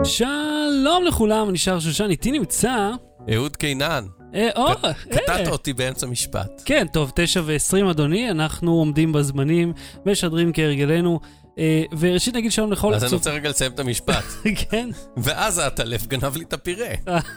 שלום לכולם, אני שר שושן, איתי נמצא... אהוד קינן. קטעת אותי באמצע משפט. כן, טוב, 9:20 אדוני, אנחנו עומדים בזמנים, משדרים כהרגלנו, וראשית נגיד שלום לכל... אז אני רוצה רגע לסיים את המשפט. כן. ואז הטלף גנב לי את הפירה.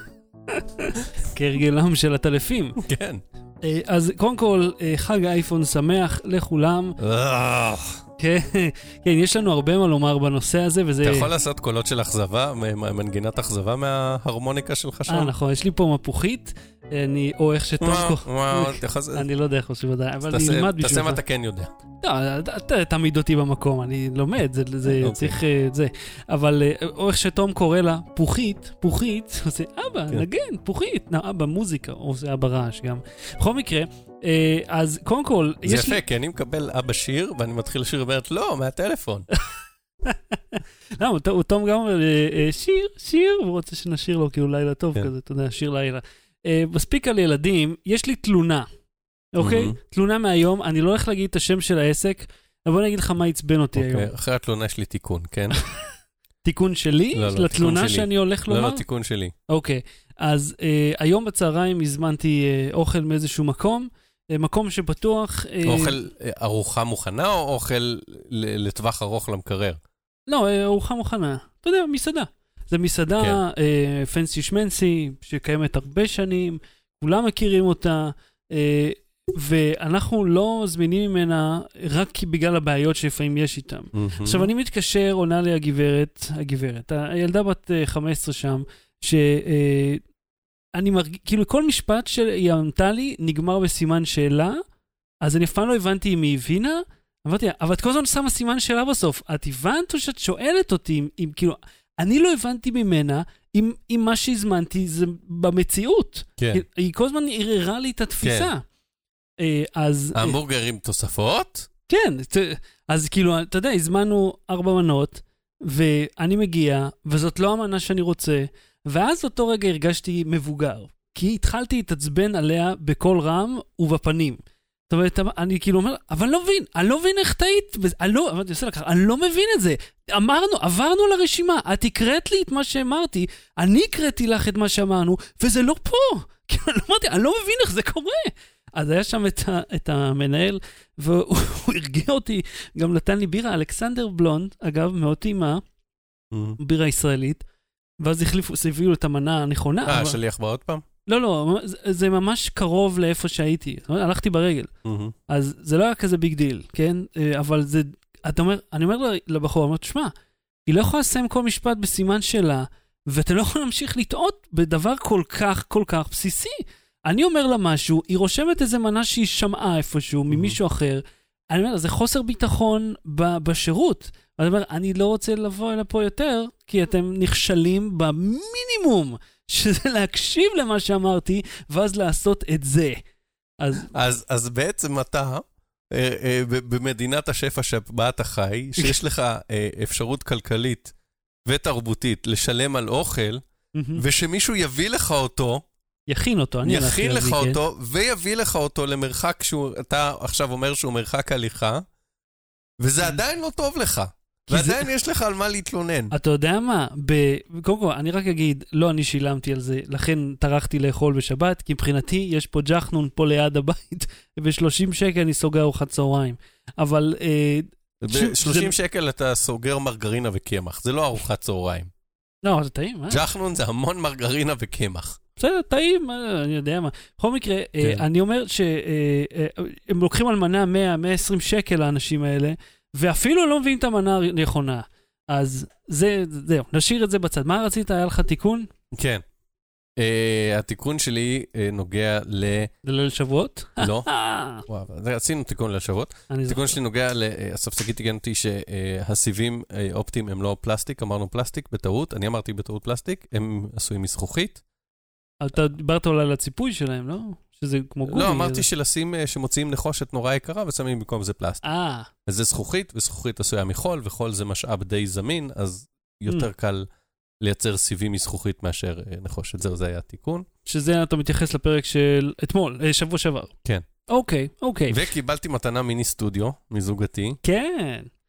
כהרגלם של הטלפים. כן. אז קודם כל, חג אייפון שמח לכולם. כן, יש לנו הרבה מה לומר בנושא הזה, וזה... אתה יכול לעשות קולות של אכזבה, מנגינת אכזבה מההרמוניקה שלך שם? נכון, יש לי פה מפוחית, או איך שטוב... אני לא יודע איך עושים ודאי, אבל אני אלמד בשבילך. תעשה מה אתה כן יודע. לא, אתה תעמיד אותי במקום, אני לומד, זה צריך זה. אבל או איך שתום קורא לה, פוחית, עושה, אבא, נגן, פוחית. אבא, מוזיקה, או זה אבא רעש גם. בכל מקרה, אז קודם כל... זה יפה, כי אני מקבל אבא שיר, ואני מתחיל לשיר ואומרת, לא, מהטלפון. לא, הוא תום גם אומר, שיר, הוא רוצה שנשיר לו, כאילו לילה טוב כזה, אתה יודע, שיר לילה. מספיק על ילדים, יש לי תלונה, אוקיי? תלונה מהיום, אני לא הולך להגיד את השם של העסק, אבל בוא נגיד לך מה יצבן אותי היום. אחרי התלונה יש לי תיקון, כן? תיקון שלי? לתלונה שאני הולך לומר? לא, תיקון שלי. אוקיי, אז היום בצהריים הזמנתי אוכל מאיזשהו מקום שפתוח... אוכל ארוחה מוכנה או אוכל לטווח ארוך למקרר? לא, ארוחה מוכנה. אתה יודע, מסעדה. זה מסעדה פנסי שמנסי, שקיימת הרבה שנים, כולם מכירים אותה, ואנחנו לא זמינים ממנה רק בגלל הבעיות שלפעמים יש איתם. עכשיו, אני מתקשר, עונה לי הגברת, הילדה בת 15 שם, אני מרגיש, כאילו כל משפט שהיא ענתה לי נגמר בסימן שאלה, אז אני אף פעם לא הבנתי אם היא הבינה, אמרתי, אבל את כל הזמן שמה סימן שאלה בסוף, את הבנת או שאת שואלת אותי, אם כאילו, אני לא הבנתי ממנה, אם מה שהזמנתי זה במציאות. כן. היא כל הזמן ערערה לי את התפיסה. כן. אז... ההמבורגרים תוספות? כן, אז כאילו, אתה יודע, הזמנו 4 מנות, ואני מגיע, וזאת לא המנה שאני רוצה, ואז אותו רגע הרגשתי מבוגר, כי התחלתי להתעצבן עליה בכל רם ובפנים. זאת אומרת, אני כאילו אומר, אבל אני לא מבין איך טעית, אני לא מבין את זה. עברנו לרשימה, את הקראת לי את מה שאמרתי, אני הקראתי לך את מה שאמרנו, וזה לא פה. אני לא מבין איך זה קורה. אז היה שם את המנהל, והוא הרגיע אותי, גם נתן לי בירה, אלכסנדר בלונד, אגב, מאוד טעימה, בירה ישראלית, ואז הביאו את המנה הנכונה. שליח בעוד פעם? לא, זה ממש קרוב לאיפה שהייתי. הלכתי ברגל. אז זה לא היה כזה ביג דיל, כן? אבל זה, אני אומר לבחור, אני אומר, תשמע, היא לא יכולה לסיים כל משפט בסימן שלה, ואתה לא יכול להמשיך לטעות בדבר כל כך בסיסי. אני אומר לה משהו, היא רושמת איזה מנה שהיא שמעה איפשהו ממישהו אחר, אני אומר, זה חוסר ביטחון בשירות. אני אומר, אני לא רוצה לבוא אלה פה יותר, כי אתם נכשלים במינימום, שזה להקשיב למה שאמרתי, ואז לעשות את זה. אז בעצם אתה, במדינת השפע שבה אתה חי, שיש לך אפשרות כלכלית ותרבותית לשלם על אוכל, ושמישהו יביא לך אותו, יכין אותו, יכין לך אותו, ויביא לך אותו למרחק אתה עכשיו אומר שהוא מרחק הליכה, וזה עדיין לא טוב לך. ועדיין יש לך על מה להתלונן. אתה יודע מה? קודם כל, אני רק אגיד, לא אני שילמתי על זה, לכן טרחתי לאכול בשבת, כי מבחינתי יש פה ג'חנון פה ליד הבית, וב-30 שקל אני סוגר ארוחת צהריים. אבל... ב-30 שקל אתה סוגר מרגרינה וקמח, זה לא ארוחת צהריים. לא, זה טעים, ג'חנון זה המון מרגרינה וקמח. בסדר, טעים, אני יודע מה. בכל מקרה, אני אומר שהם לוקחים על מנה 100-120 שקל לאנשים האלה, ואפילו לא מביאים את המנה הנכונה. אז זהו, נשאיר את זה בצד. מה רצית? היה לך תיקון? כן. התיקון שלי נוגע לליל שבועות? לא. עשינו תיקון לליל שבועות. התיקון שלי נוגע אסף שגיא תיגן אותי שהסיבים אופטיים הם לא פלסטיק, אמרנו פלסטיק בטעות, אני אמרתי בטעות פלסטיק, הם עשויים מזכוכית. אתה דיברת אולי על הציפוי שלהם, לא? שזה כמו גומי. לא, אמרתי שמוציאים נחושת נורא יקרה ושמים במקום זה פלסטיק. אז זה זכוכית, וזכוכית עשויה מחול, וחול זה משאב די זמין, אז יותר קל לייצר סיבים מזכוכית מאשר נחושת. זהו, זה היה התיקון. שזה אתה מתייחס לפרק של אתמול, שבוע שעבר. כן. אוקיי. וקיבלתי מתנה מיני סטודיו מזוגתי. כן.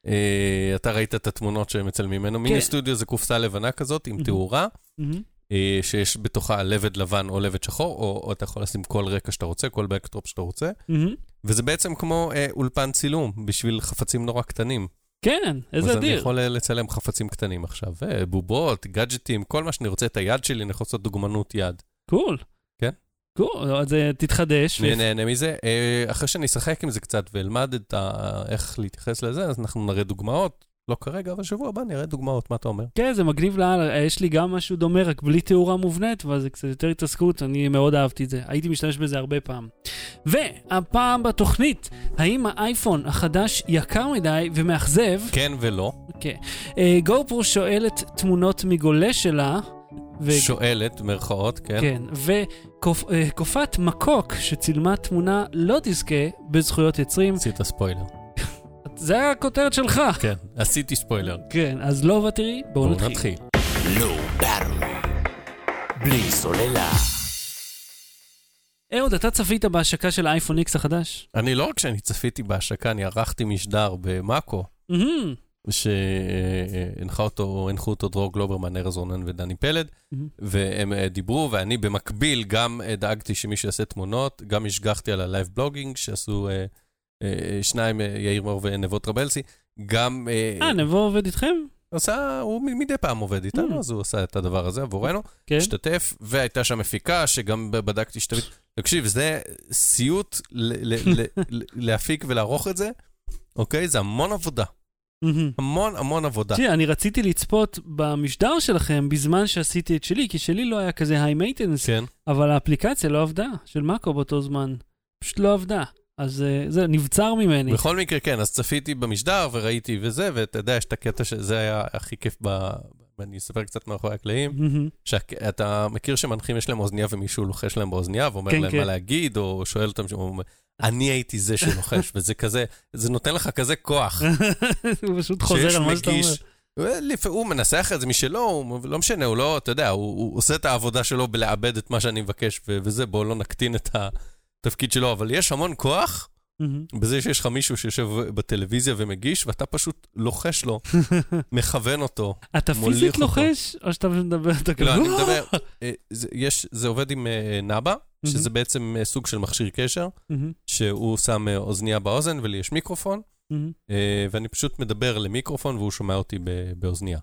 אתה ראית את התמונות שהם מצלמים ממנו. מיני סטודיו זה קופסה לבנה כזאת עם תאורה, שיש בתוכה לבד לבן או לבד שחור, או אתה יכול לשים כל רקע שאתה רוצה, כל בקטרופ שאתה רוצה, וזה בעצם כמו אולפן צילום, בשביל חפצים נורא קטנים. כן, איזה אדיר. אז אני יכול לצלם חפצים קטנים עכשיו, בובות, גאדג'טים, כל מה שאני רוצה, את היד שלי, אני יכול לעשות דוגמנות יד. קול. כן? קול, אז תתחדש. נהנה מזה. אחרי שאני אשחק עם זה קצת ואלמד איך להתייחס לזה, אז אנחנו נראה דוגמאות. לא כרגע, אבל שבוע הבא נראה דוגמאות, מה אתה אומר? כן, זה מגניב לאללה, יש לי גם משהו דומה, רק בלי תאורה מובנית, וזה קצת יותר התעסקות, אני מאוד אהבתי את זה, הייתי משתמש בזה הרבה פעם. והפעם בתוכנית, האם האייפון החדש יקר מדי ומאכזב? כן ולא. כן. גופרו שואלת תמונות מגולה שלה, שואלת, מרכאות, כן. כן, וקופת מקוק שצילמה תמונה לא תזכה בזכויות יצרים. עשית ספוילר. זה הכותרת שלך. כן, עשיתי ספוילר. כן, אז לא ותראי, בואו נתחיל. לא ברור, בלי סוללה. אהוד, אתה צפית בהשקה של האייפון X החדש? אני לא רק שאני צפיתי בהשקה, אני ערכתי משדר במאקו, שהנחו אותו דרור גלוברמן, ארז רונן ודני פלד, והם דיברו, ואני במקביל גם דאגתי שמישהו יעשה תמונות, גם השגחתי על הלייב בלוגינג, שעשו שניים, יאיר מור ונבות רבלסי, גם... נבו עובד איתכם? הוא מדי פעם עובד איתנו, אז הוא עשה את הדבר הזה עבורנו, השתתף, והייתה שם מפיקה, שגם בדקתי שתבית, תקשיב, זה סיוט להפיק ולערוך את זה, אוקיי? זה המון עבודה. המון עבודה. תראה, אני רציתי לצפות במשדר שלכם בזמן שעשיתי את שלי, כי שלי לא היה כזה high maintenance, אבל האפליקציה לא עבדה, של מאקו באותו זמן, פשוט לא עבדה. אז זה נבצר ממני. בכל מקרה, כן, אז צפיתי במשדר וראיתי וזה, ואתה יודע, יש את הקטע שזה היה הכי כיף ואני אספר קצת מאחורי הקלעים, שאתה מכיר שמנחים יש להם אוזניה ומישהו לוחש להם באוזניה, ואומר להם מה להגיד, או שואל אותם, אני הייתי זה שלוחש, וזה כזה, זה נותן לך כזה כוח. הוא פשוט חוזר על מה שאתה אומר. הוא מנסח את זה משלו, הוא לא משנה, הוא לא, אתה יודע, הוא עושה את העבודה שלו בלעבד את מה שאני מבקש, וזה, בואו לא נקטין את התפקיד שלו, אבל יש המון כוח, בזה שיש לך מישהו שיושב בטלוויזיה ומגיש, ואתה פשוט לוחש לו, מכוון אותו, אתה פיזית לוחש, או שאתה מדבר את הכלל? לא, אני מדבר, זה עובד עם נאבה, שזה בעצם סוג של מכשיר קשר, שהוא שם אוזניה באוזן, ולי יש מיקרופון, ואני פשוט מדבר למיקרופון, והוא שומע אותי באוזניה.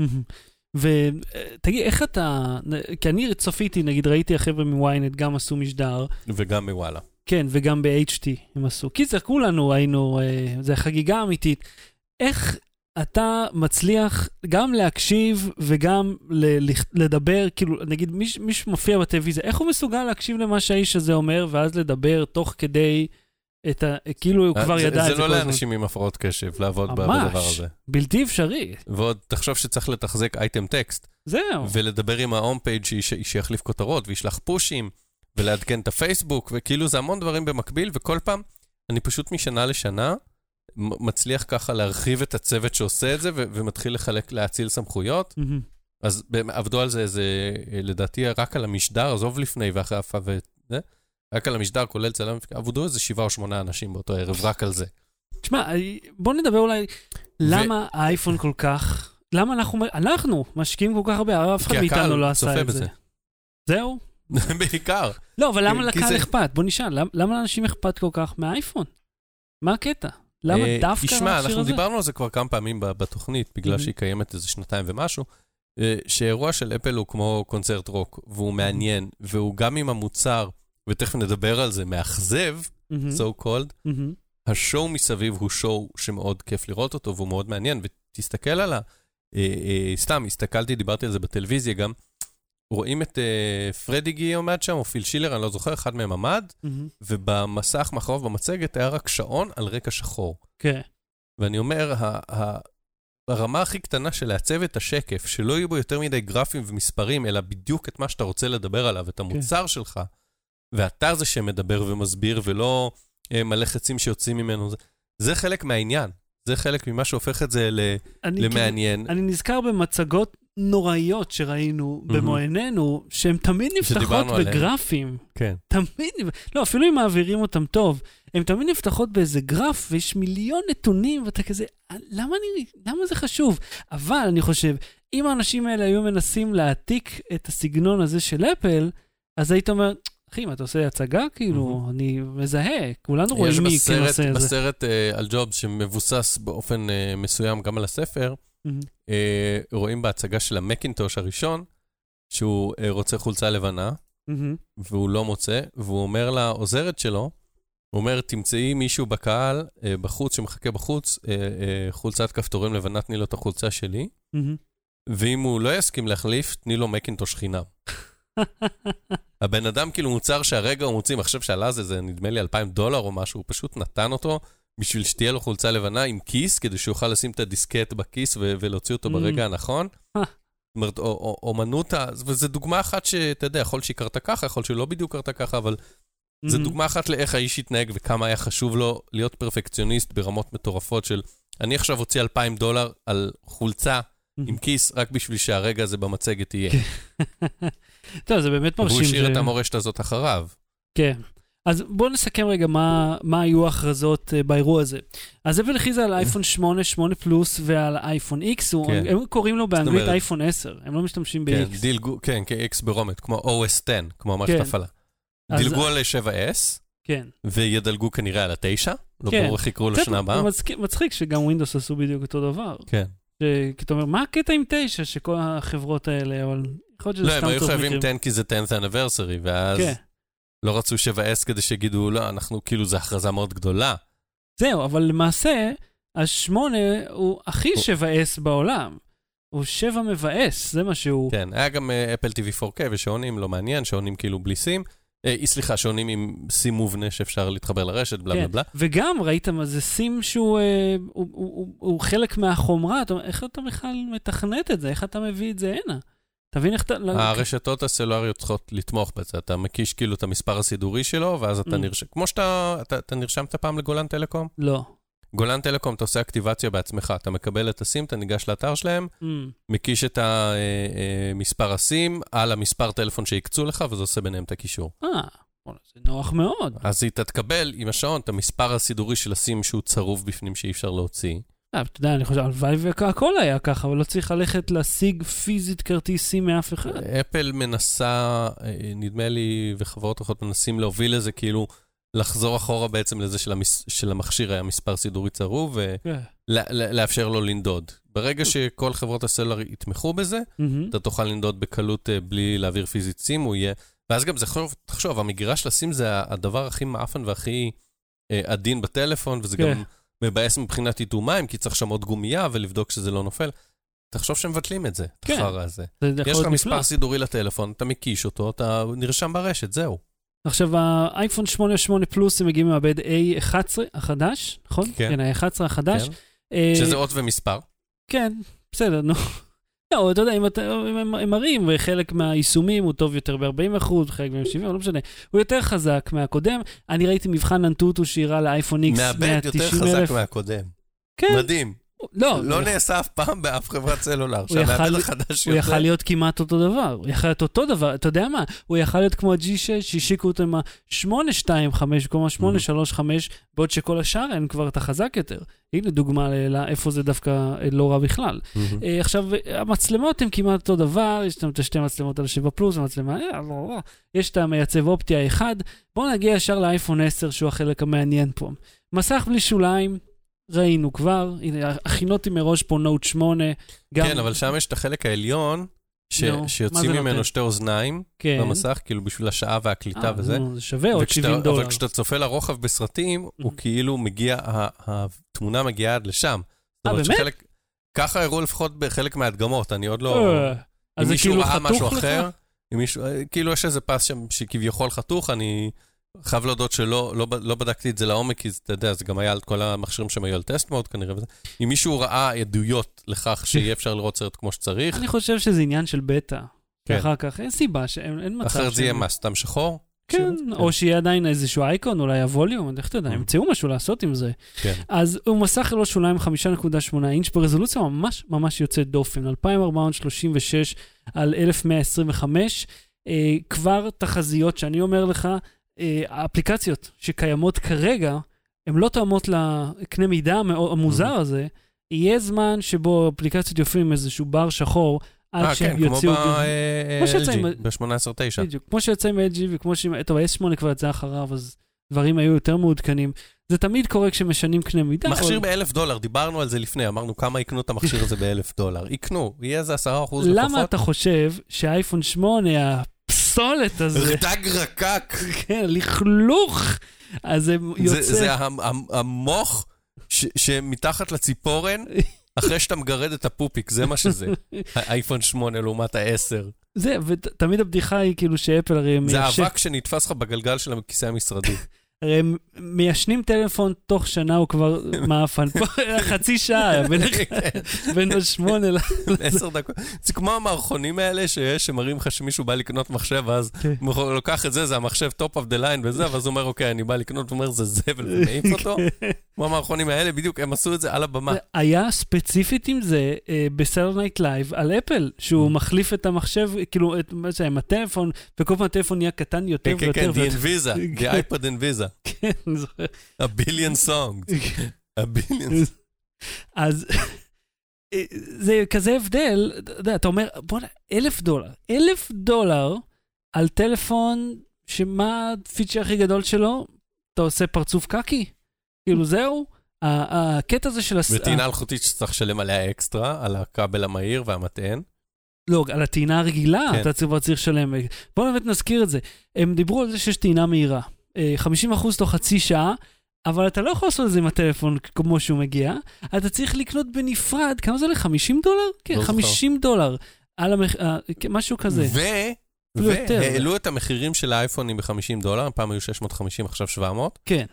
ותגיד, איך אתה, כי אני צפיתי, נגיד ראיתי החבר'ה מוויינט, גם עשו משדר. וגם מוואלה. כן, וגם ב-HT הם עשו. כי זה כולנו היינו, זה חגיגה אמיתית. איך אתה מצליח גם להקשיב וגם לדבר, כאילו, נגיד, מי שמופיע בטלוויזיה, איך הוא מסוגל להקשיב למה שהאיש הזה אומר, ואז לדבר תוך כדי כאילו הוא כבר ידע את זה. זה לא לאנשים עם הפרעות קשב, לעבוד בדבר הזה. ממש, בלתי אפשרי. ועוד תחשוב שצריך לתחזק אייטם טקסט. זהו. ולדבר עם ההום פייג' שיחליף כותרות, וישלח פושים, ולעדכן את הפייסבוק, וכאילו זה המון דברים במקביל, וכל פעם אני פשוט משנה לשנה מצליח ככה להרחיב את הצוות שעושה את זה, ומתחיל להציל סמכויות. אז עבדו על זה, לדעתי רק על המשדר, עזוב לפני ואחרי אפה וזה, רק על המשדר, כולל צלם, עבדו איזה 7 או 8 אנשים באותו ערב, רק על זה. תשמע, בוא נדבר אולי, למה האייפון כל כך, למה אנחנו משקיעים כל כך הרבה, אף אחד מאיתנו לא עשה את זה. זהו? בעיקר. לא, אבל למה לקהל אכפת? בוא נשאל, למה לאנשים אכפת כל כך מהאייפון? מה הקטע? למה דווקא תשמע, אנחנו דיברנו על זה כבר כמה פעמים בתוכנית, בגלל שהיא קיימת איזה 2 ומשהו, שאירוע של אפל הוא כמו קונצרט רוק, והוא מעניין, והוא גם עם המוצר, ותכף נדבר על זה, מאכזב, so called, השואו מסביב הוא שואו שמאוד כיף לראות אותו, והוא מאוד מעניין, ותסתכל על סתם, הסתכלתי, דיברתי על זה בטלוויזיה גם, רואים את פרדי גי עומד שם, או פיל שילר, אני לא זוכר, אחד מהם עמד, ובמסך מאחוריו במצגת היה רק שעון על רקע שחור. כן. ואני אומר, הרמה הכי קטנה של לעצב את השקף, שלא יהיו בו יותר מדי גרפים ומספרים, אלא בדיוק את מה שאתה רוצה לדבר עליו, את המוצר שלך, ואתה זה שמדבר ומסביר, ולא מלא חצים שיוצאים ממנו. זה חלק מהעניין. זה חלק ממה שהופך את זה למעניין. אני נזכר במצגות נוראיות שראינו במו עינינו, שהן תמיד נפתחות בגרפים. כן. תמיד, לא, אפילו אם מעבירים אותם טוב, הן תמיד נפתחות באיזה גרף, ויש מיליון נתונים, ואתה כזה, למה זה חשוב? אבל אני חושב, אם האנשים האלה היו מנסים להעתיק את הסגנון הזה של אפל, אז היית אומר, אחי, מה אתה עושה הצגה? כאילו, אני מזהה, כולנו רואים מי כן עושה את זה. יש בסרט על ג'ובס שמבוסס באופן מסוים גם על הספר, רואים בהצגה של המקינטוש הראשון, שהוא רוצה חולצה לבנה, והוא לא מוצא, והוא אומר לעוזרת שלו, הוא אומר, תמצאי מישהו בקהל, בחוץ, שמחכה בחוץ, חולצת כפתורים לבנה, תני לו את החולצה שלי, ואם הוא לא יסכים להחליף, תני לו מקינטוש חינם. הבן אדם כאילו מוצר שהרגע הוא מוציא, מחשב שעלה זה נדמה לי $2,000 או משהו, הוא פשוט נתן אותו בשביל שתהיה לו חולצה לבנה עם כיס, כדי שהוא יוכל לשים את הדיסקט בכיס ולהוציא אותו ברגע הנכון. זאת אומרת, אומנות, וזו דוגמה אחת שאתה יודע, יכול שהיא קרתה ככה, יכול שלא בדיוק קרתה ככה, אבל זו דוגמה אחת לאיך האיש התנהג וכמה היה חשוב לו להיות פרפקציוניסט ברמות מטורפות של, אני עכשיו הוציא $2,000 על חולצה עם כיס, רק בשביל שהרגע הזה במצגת יהיה. טוב, זה באמת מרשים. והוא השאיר את המורשת הזאת אחריו. כן. אז בואו נסכם רגע מה היו ההכרזות באירוע הזה. אז אפל הכריזה על אייפון 8, 8 פלוס ועל אייפון X, הם קוראים לו באנגלית אייפון 10, הם לא משתמשים ב-X. כן, X ברומט, כמו OS 10, כמו המערכת הפעלה. דילגו על 7S, וידלגו כנראה על 9, לא ברור איך יקראו לשנה הבאה. מצחיק שגם ווינדוס עשו בדיוק אותו דבר. כן. כי אתה אומר, מה הקטע עם 9 שכל החברות האלה, אבל יכול להיות שזה סתם טוב. לא, הם היו חייבים 10 כי זה 10th anniversary, ואז לא רצו 7S כדי שיגידו, לא, אנחנו כאילו, זו הכרזה מאוד גדולה. זהו, אבל למעשה, ה8 הוא הכי 7S בעולם. הוא 7 מבאס, זה מה שהוא... כן, היה גם אפל TV 4K ושעונים לא מעניין, שעונים כאילו בלי סים. סליחה, שעונים עם סים מובנה שאפשר להתחבר לרשת, בלה בלה בלה. וגם ראית מה זה סים שהוא חלק מהחומרה, איך אתה בכלל מתכנת את זה? איך אתה מביא את זה הנה? תבין איך אתה... הרשתות הסלולריות צריכות לתמוך בזה, אתה מקיש כאילו את המספר הסידורי שלו, ואז אתה נרשם, כמו שאתה נרשמת פעם לגולן טלקום? לא. גולן טלקום, אתה עושה אקטיבציה בעצמך, אתה מקבל את הסים, אתה ניגש לאתר שלהם, מקיש את המספר הסים על המספר טלפון שיקצו לך, וזה עושה ביניהם את הקישור. זה נוח מאוד. אז היא תתקבל עם השעון את המספר הסידורי של הסים שהוא צרוב בפנים שאי אפשר להוציא. אתה יודע, אני חושב, הלוואי והכל היה ככה, אבל לא צריך ללכת להשיג פיזית כרטיסים מאף אחד. אפל מנסה, נדמה לי, וחברות אחרות מנסים להוביל לזה כאילו, לחזור אחורה בעצם לזה של המכשיר היה מספר סידורי צרוב, ולאפשר לו לנדוד. ברגע שכל חברות הסלולר יתמכו בזה, אתה תוכל לנדוד בקלות בלי להעביר פיזית סים, הוא יהיה... ואז גם זה תחשוב, המגירה של הסים זה הדבר הכי מאפן והכי עדין בטלפון, וזה גם מבאס מבחינת איתור מים, כי צריך שם עוד גומייה ולבדוק שזה לא נופל. תחשוב שמבטלים את זה, את החרא הזה. יש לך מספר סידורי לטלפון, אתה מקיש אותו, אתה נרשם ברשת, זהו. עכשיו, האייפון 8 פלוס הם מגיעים מהבד A11 החדש, נכון? כן, ה-11 החדש. שזה אות ומספר. כן, בסדר, נו. לא, אתה יודע, אם הם מראים, וחלק מהיישומים הוא טוב יותר ב-40%, חלק ב-70%, לא משנה. הוא יותר חזק מהקודם. אני ראיתי מבחן אנטוטו שירה לאייפון X 190,000. מהבד יותר חזק מהקודם. כן. מדהים. לא נעשה אף פעם באף חברת סלולר, שהמעבד החדש הוא יכל להיות כמעט אותו דבר, הוא יכל להיות אותו דבר, אתה יודע מה? הוא יכל להיות כמו ה-G6, שהשיקו אותם ה-825, כמו ה-835, בעוד שכל השאר אין כבר את החזק יותר. הנה דוגמה לאיפה זה דווקא לא רע בכלל. עכשיו, המצלמות הן כמעט אותו דבר, יש את שתי מצלמות על 7 פלוס, המצלמה, יש את המייצב אופטיה אחד, בואו נגיע ישר לאייפון 10, שהוא החלק המעניין פה. מסך בלי שוליים, ראינו כבר, הנה, הכינותי מראש פה נוט 8. כן, אבל שם יש את החלק העליון, שיוצאים ממנו שתי אוזניים במסך, כאילו בשביל השעה והקליטה וזה. זה שווה עוד $70. אבל כשאתה צופה לרוחב בסרטים, הוא כאילו מגיע, התמונה מגיעה עד לשם. באמת? ככה הראו לפחות בחלק מהדגמות, אני עוד לא... אם מישהו ראה משהו אחר, כאילו יש איזה פס שם שכביכול חתוך, אני... חייב להודות שלא בדקתי את זה לעומק, כי אתה יודע, זה גם היה על כל המכשירים שהם היו על טסט מוד כנראה. אם מישהו ראה עדויות לכך שיהיה אפשר לראות סרט כמו שצריך. אני חושב שזה עניין של בטא. ואחר כך אין סיבה, אין מצב. אחרת זה יהיה מה, סתם שחור? כן, או שיהיה עדיין איזשהו אייקון, אולי הווליום, איך אתה יודע, ימצאו משהו לעשות עם זה. כן. אז הוא מסך ללא שוליים 5.8 אינץ' ברזולוציה ממש ממש יוצאת דופן, 2436 על 1125, כבר תחזיות שאני אומר לך, האפליקציות שקיימות כרגע, הן לא תואמות לקנה מידה המוזר הזה, יהיה זמן שבו אפליקציות יופיעו עם איזשהו בר שחור, כן, כמו ב-LG, ב-18.9. בדיוק, כמו שיוצא עם LG וכמו ש... טוב, ה-S8 כבר יצא אחריו, אז דברים היו יותר מעודכנים. זה תמיד קורה כשמשנים קנה מידה. מכשיר $1,000, דיברנו על זה לפני, אמרנו כמה יקנו את המכשיר הזה $1,000. יקנו, יהיה איזה 10% לפחות. למה אתה חושב שהאייפון 8, הפסולת הזה... דג רקק. כן, לכלוך. אז זה יוצא... זה המוח שמתחת לציפורן, אחרי שאתה מגרד את הפופיק, זה מה שזה. האייפון 8 לעומת ה-10. זה, ותמיד הבדיחה היא כאילו שאפל הרי זה האבק שנתפס לך בגלגל של הכיסא המשרדי. הרי הם מיישנים טלפון תוך שנה, הוא כבר מאפן. פה חצי שעה, בין 8 10 דקות. זה כמו המערכונים האלה שמראים לך שמישהו בא לקנות מחשב, ואז הוא לוקח את זה, זה המחשב top of the line וזה, ואז הוא אומר, אוקיי, אני בא לקנות, הוא אומר, זה זבל, ומעיף אותו. כמו המערכונים האלה, בדיוק, הם עשו את זה על הבמה. היה ספציפית עם זה, בסטרדי נייט לייב, על אפל, שהוא מחליף את המחשב, כאילו, עם הטלפון, וכל פעם הטלפון נהיה קטן יותר ויותר. כן, the iPod Envisa. כן, אני זוכר. A billion songs. A billion. אז זה כזה הבדל, אתה אומר, בוא נע, $1,000 על טלפון, שמה הפיצ'ר הכי גדול שלו? אתה עושה פרצוף קקי? כאילו זהו? הקטע הזה של... וטעינה אלחוטית שצריך לשלם עליה אקסטרה, על הכבל המהיר והמטען. לא, על הטעינה הרגילה, אתה צריך לשלם. בואו באמת נזכיר את זה. הם דיברו על זה שיש טעינה מהירה. 50% תוך חצי שעה, אבל אתה לא יכול לעשות את זה עם הטלפון כמו שהוא מגיע, אתה צריך לקנות בנפרד, כמה זה עולה? $50? כן, $50 על משהו כזה. והעלו את המחירים של האייפונים $50, פעם היו 650, עכשיו 700. כן,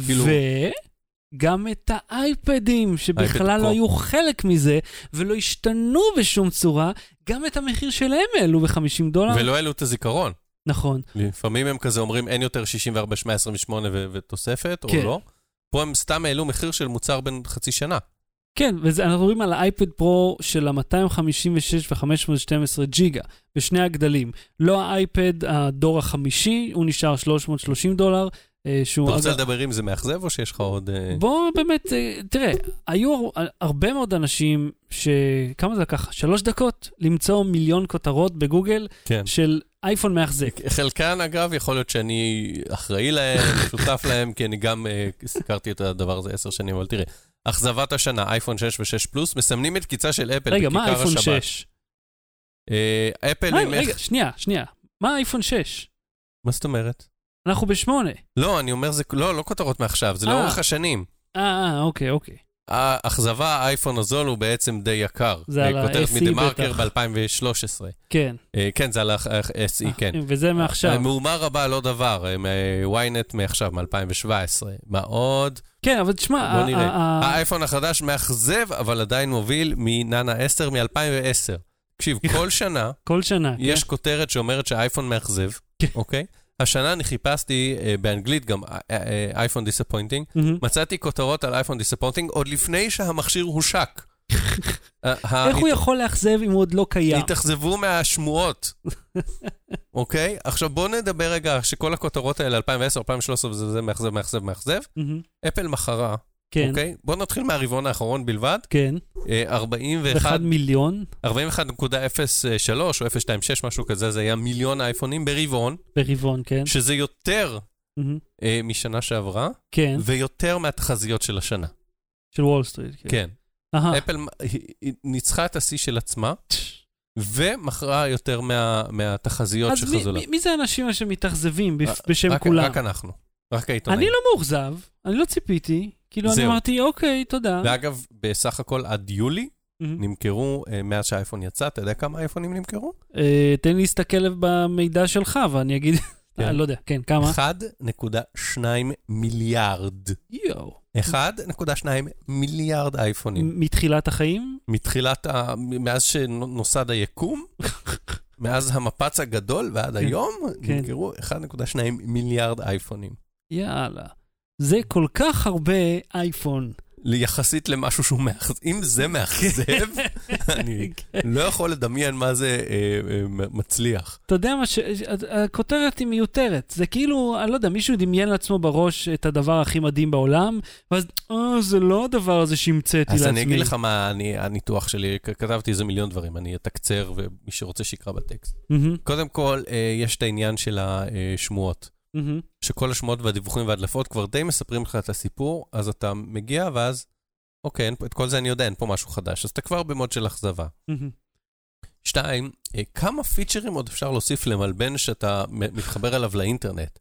וגם את האייפדים, שבכלל לא היו חלק מזה, ולא השתנו בשום צורה, גם את המחיר שלהם העלו $50. ולא העלו את הזיכרון. נכון. לפעמים הם כזה אומרים, אין יותר 64, 128 ותוספת, או לא. פה הם סתם העלו מחיר של מוצר בין חצי שנה. כן, אנחנו רואים על האייפד פרו של ה-256 ו-512 ג'יגה, בשני הגדלים. לא האייפד, הדור החמישי, הוא נשאר $330. אתה רוצה לדבר אם זה מאכזב, או שיש לך עוד... בוא באמת, תראה, היו הרבה מאוד אנשים כמה זה לקח? 3 דקות למצוא מיליון כותרות בגוגל של אייפון מאכזב. חלקן, אגב, יכול להיות שאני אחראי להם, שותף להם, כי אני גם סיקרתי את הדבר הזה 10 שנים, אבל תראה, אכזבת השנה, אייפון 6 ו-6 פלוס, מסמנים את קיצה של אפל בכיכר השבת. רגע, מה אייפון 6? אפל... רגע, שנייה. מה אייפון 6? מה זאת אומרת? אנחנו ב8. לא, אני אומר, זה לא כותרות מעכשיו, זה לאורך השנים. אוקיי. האכזבה, האייפון הזול הוא בעצם די יקר. זה על ה-SE כותרת מדה-מרקר ב-2013. כן. כן, זה על ה-SE, כן. וזה מעכשיו. מאומה רבה לא דבר, וויינט מעכשיו, מ-2017. מה עוד? כן, אבל תשמע... בוא נראה. האייפון החדש מאכזב, אבל עדיין מוביל מננה 10 מ-2010. תקשיב, כל שנה יש כותרת שאומרת שהאייפון מאכזב, אוקיי? השנה אני חיפשתי באנגלית גם אייפון דיספוינטינג, מצאתי כותרות על אייפון דיספוינטינג עוד לפני שהמכשיר הושק. איך הוא יכול לאכזב אם הוא עוד לא קיים? התאכזבו מהשמועות. אוקיי? עכשיו בואו נדבר רגע שכל הכותרות האלה, 2010, 2013, וזה מאכזב. אפל מחרה. כן. אוקיי? בואו נתחיל מהרבעון האחרון בלבד. כן. 41 מיליון. 41.03 או 026, משהו כזה, זה היה מיליון אייפונים ברבעון. ברבעון, כן. שזה יותר משנה שעברה. כן. ויותר מהתחזיות של השנה. של וול סטריט. כן. אפל ניצחה את השיא של עצמה, ומכרה יותר מהתחזיות שחזו לה. אז מי זה האנשים שמתאכזבים בשם כולם? רק אנחנו. רק העיתונאים. אני לא מאוכזב, אני לא ציפיתי. כאילו אני אמרתי, אוקיי, תודה. ואגב, בסך הכל עד יולי, נמכרו, מאז שהאייפון יצא, אתה יודע כמה אייפונים נמכרו? תן לי להסתכל במידע שלך, ואני אגיד, לא יודע, כן, כמה? 1.2 מיליארד. יואו. 1.2 מיליארד אייפונים. מתחילת החיים? מאז שנוסד היקום, מאז המפץ הגדול ועד היום, נמכרו 1.2 מיליארד אייפונים. יאללה. זה כל כך הרבה אייפון. יחסית למשהו שהוא מאכזב. אם זה מאכזב, אני לא יכול לדמיין מה זה מצליח. אתה יודע מה, הכותרת היא מיותרת. זה כאילו, אני לא יודע, מישהו דמיין לעצמו בראש את הדבר הכי מדהים בעולם, ואז, זה לא הדבר הזה שהמצאתי לעצמי. אז אני אגיד לך מה הניתוח שלי, כתבתי איזה מיליון דברים, אני אתקצר, ומי שרוצה שיקרא בטקסט. קודם כל, יש את העניין של השמועות. שכל השמועות והדיווחים והדלפות כבר די מספרים לך את הסיפור, אז אתה מגיע ואז, אוקיי, את כל זה אני יודע, אין פה משהו חדש, אז אתה כבר במוד של אכזבה. 2, כמה פיצ'רים עוד אפשר להוסיף למלבן שאתה מתחבר אליו לאינטרנט?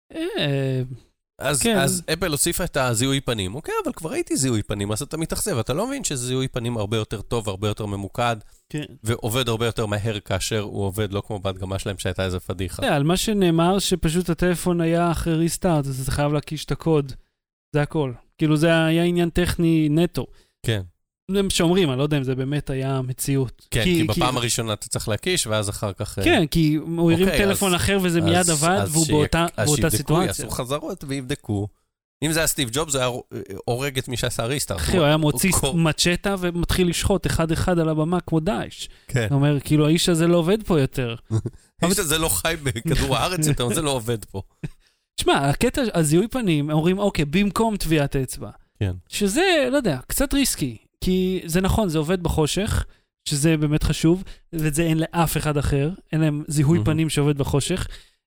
אז אפל הוסיפה את הזיהוי פנים, אוקיי, אבל כבר ראיתי זיהוי פנים, אז אתה מתאכזב, אתה לא מבין שזה זיהוי פנים הרבה יותר טוב, הרבה יותר ממוקד, ועובד הרבה יותר מהר כאשר הוא עובד, לא כמו בהדגמה שלהם שהייתה איזה פדיחה. על מה שנאמר שפשוט הטלפון היה אחרי ריסטארט, אז אתה חייב להקיש את הקוד, זה הכל. כאילו זה היה עניין טכני נטו. כן. זה שאומרים, אני לא יודע אם זה באמת היה מציאות. כן, כי בפעם הראשונה אתה צריך להקיש, ואז אחר כך... כן, כי הוא הרים טלפון אחר וזה מיד עבד, והוא באותה סיטואציה. יעשו חזרות ויבדקו. אם זה היה סטיב ג'ובס, זה היה הורג את מי שעשה ריסטארט. אחי, הוא היה מוציא מצ'טה ומתחיל לשחוט אחד על הבמה כמו דייש. כן. הוא אומר, כאילו, האיש הזה לא עובד פה יותר. האיש הזה לא חי בכדור הארץ יותר, זה לא עובד פה. תשמע, הקטע, הזיהוי פנים, אומרים, אוקיי, במקום טביעת האצבע. כן. שזה, לא יודע, קצת ריסקי. כי זה נכון, זה עובד בחושך, שזה באמת חשוב, ואת זה אין לאף אחד אחר, אין להם זיהוי פנים שעובד בחושך.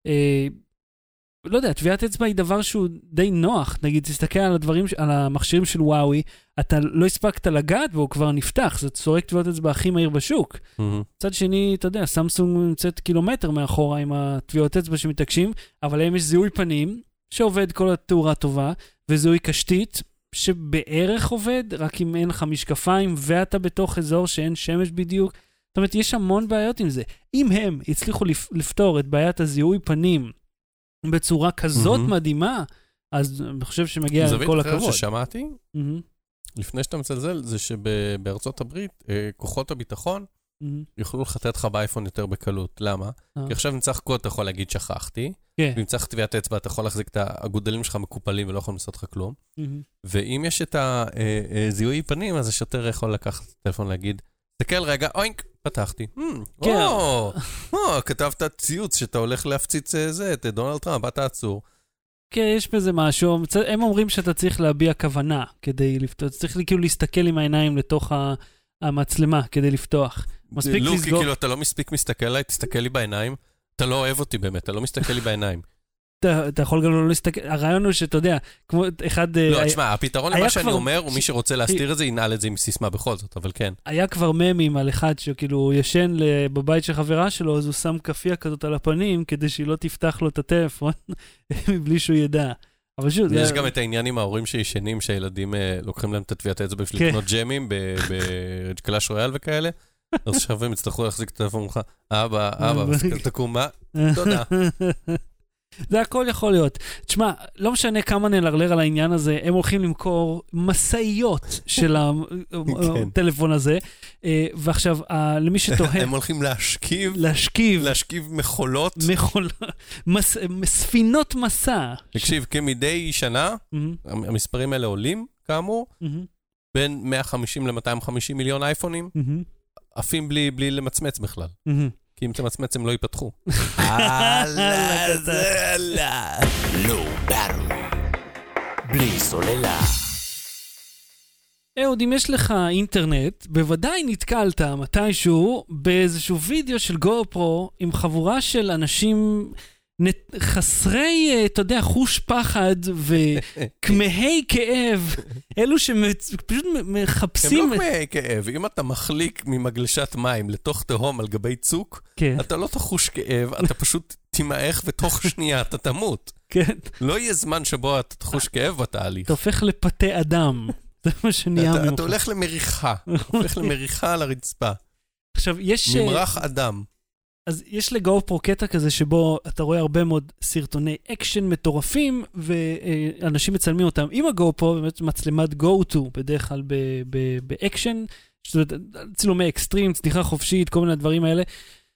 לא יודע, טביעת אצבע היא דבר שהוא די נוח, נגיד, תסתכל על הדברים, על המכשירים של וואוי, אתה לא הספקת לגעת והוא כבר נפתח, זה צורק טביעת אצבע הכי מהיר בשוק. מצד שני, אתה יודע, סמסונג נמצאת קילומטר מאחורה עם הטביעות אצבע שמתעקשים, אבל להם יש זיהוי פנים, שעובד כל התאורה טובה, וזיהוי קשתית, שבערך עובד, רק אם אין לך משקפיים, ואתה בתוך אזור שאין שמש בדיוק. זאת אומרת, יש המון בעיות עם זה. אם הם הצליחו לפתור את בעיית הזיהוי פנים בצורה כזאת מדהימה, אז אני חושב שמגיע עם כל הכבוד. זווית אחרת ששמעתי, לפני שאתה מצלזל, זה שבארצות הברית, כוחות הביטחון יוכלו לחטט לך באייפון יותר בקלות. למה? כי עכשיו נצטרך קוד, אתה יכול להגיד שכחתי, ואם צריך טביעת אצבע, אתה יכול להחזיק את הגודלים שלך מקופלים ולא יכולים לעשות לך כלום. ואם יש את הזיהוי פנים, אז השוטר יכול לקחת את הטלפון להגיד, תסתכל רגע, אוינק, פתחתי. כתבת ציוץ שאתה הולך להפציץ את דונלד טראמפ, אתה עצור. כן, יש בזה משהו. הם אומרים שאתה צריך להביע כוונה כדי לפתוח. צריך כאילו להסתכל עם העיניים לתוך המצלמה כדי לפתוח. מספיק לסגור. כי כאילו אתה לא מספיק מסתכל עליי, תסתכל לי בעיניים. אתה לא אוהב אותי באמת, אתה לא מסתכל לי בעיניים. אתה יכול גם לא להסתכל, הרעיון הוא שאתה יודע, כמו אחד... לא, תשמע, הפתרון למה שאני אומר, ומי שרוצה להסתיר את זה, ינעל את זה עם סיסמה בכל זאת, אבל כן. היה כבר ממים על אחד שכאילו ישן בבית של חברה שלו, אז הוא שם כפיה כזאת על הפנים, כדי שהיא לא תפתח לו את הטלפון, מבלי שהוא ידע. אבל שוב... יש גם את העניין עם ההורים שישנים, שהילדים לוקחים להם את טביעת האצבע בשביל לקנות ג'מים, בקלאש רויאל וכאלה. אז עכשיו הם יצטרכו להחזיק את הטלפון ממך, אבא, תקום, מה? תודה. זה הכל יכול להיות. תשמע, לא משנה כמה נלרלר על העניין הזה, הם הולכים למכור מסעיות של הטלפון הזה, ועכשיו, למי שתוהה... הם הולכים להשכיב מכולות. ספינות מסע. תקשיב, כמדי שנה, המספרים האלה עולים, כאמור, בין 150 ל-250 מיליון אייפונים, עפים בלי למצמץ בכלל. כי אם תמצמץ הם לא ייפתחו. לואו בארווי, בלי סוללה. אהוד, אם יש לך אינטרנט, בוודאי נתקלת מתישהו באיזשהו וידאו של גופרו עם חבורה של אנשים חסרי, אתה יודע, חוש פחד וכמהי כאב, אלו שפשוט מחפשים... הם לא כמהי כאב, אם אתה מחליק ממגלשת מים לתוך תהום על גבי צוק, אתה לא תחוש כאב, אתה פשוט תימאך ותוך שנייה אתה תמות. לא יהיה זמן שבו אתה תחוש כאב בתהליך. אתה הופך לפתה אדם, זה מה שנהיה ממך. אתה הולך למריחה, הולך למריחה על הרצפה. עכשיו, יש... ממרח אדם. אז יש לגופרו קטע כזה שבו אתה רואה הרבה מאוד סרטוני אקשן מטורפים, ואנשים מצלמים אותם עם הגופרו, באמת מצלמת go-to, בדרך כלל באקשן, צילומי אקסטרים, צניחה חופשית, כל מיני הדברים האלה,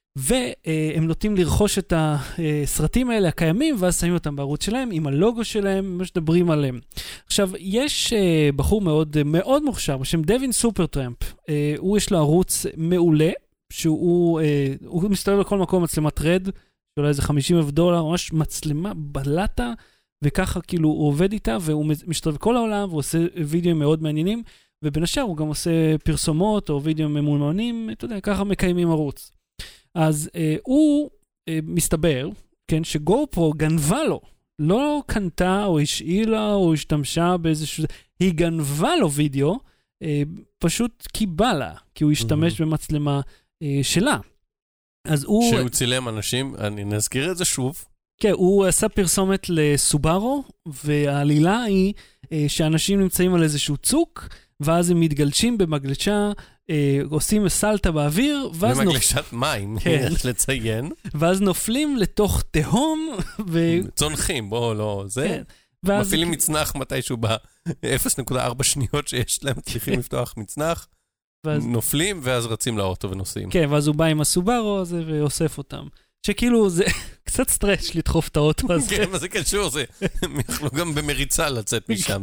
והם נוטים לרכוש את הסרטים האלה הקיימים, ואז שמים אותם בערוץ שלהם, עם הלוגו שלהם, ממש מדברים עליהם. עכשיו, יש בחור מאוד, מאוד מוכשר, בשם דווין סופרטרמפ, הוא יש לו ערוץ מעולה, שהוא מסתובב לכל מקום מצלמת רד, שאולי איזה $50,000, ממש מצלמה בלטה, וככה כאילו הוא עובד איתה, והוא משתובב כל העולם, והוא עושה וידאוים מאוד מעניינים, ובין השאר הוא גם עושה פרסומות, או וידאוים ממומנים, אתה יודע, ככה מקיימים ערוץ. אז הוא מסתבר, כן, שגופרו גנבה לו, לא קנתה או השאילה או השתמשה באיזשהו, היא גנבה לו וידאו, פשוט קיבל לה, כי הוא השתמש במצלמה שלה. אז הוא... שהוא צילם אנשים, אני נזכיר את זה שוב. כן, הוא עשה פרסומת לסובארו, והעלילה היא שאנשים נמצאים על איזשהו צוק, ואז הם מתגלשים במגלשה, עושים סלטה באוויר, ואז במגלשת מים, יש לציין. ואז נופלים לתוך תהום, צונחים, בואו לא, זה... מפעילים מצנח מתישהו ב-0.4 שניות שיש להם, צריכים לפתוח מצנח, נופלים, ואז רצים לאוטו ונוסעים. כן, ואז הוא בא עם הסובארו הזה ואוסף אותם. שכאילו זה קצת סטרץ' לדחוף את האוטו הזה. כן, מה זה קשור? הם יכלו גם במריצה לצאת משם.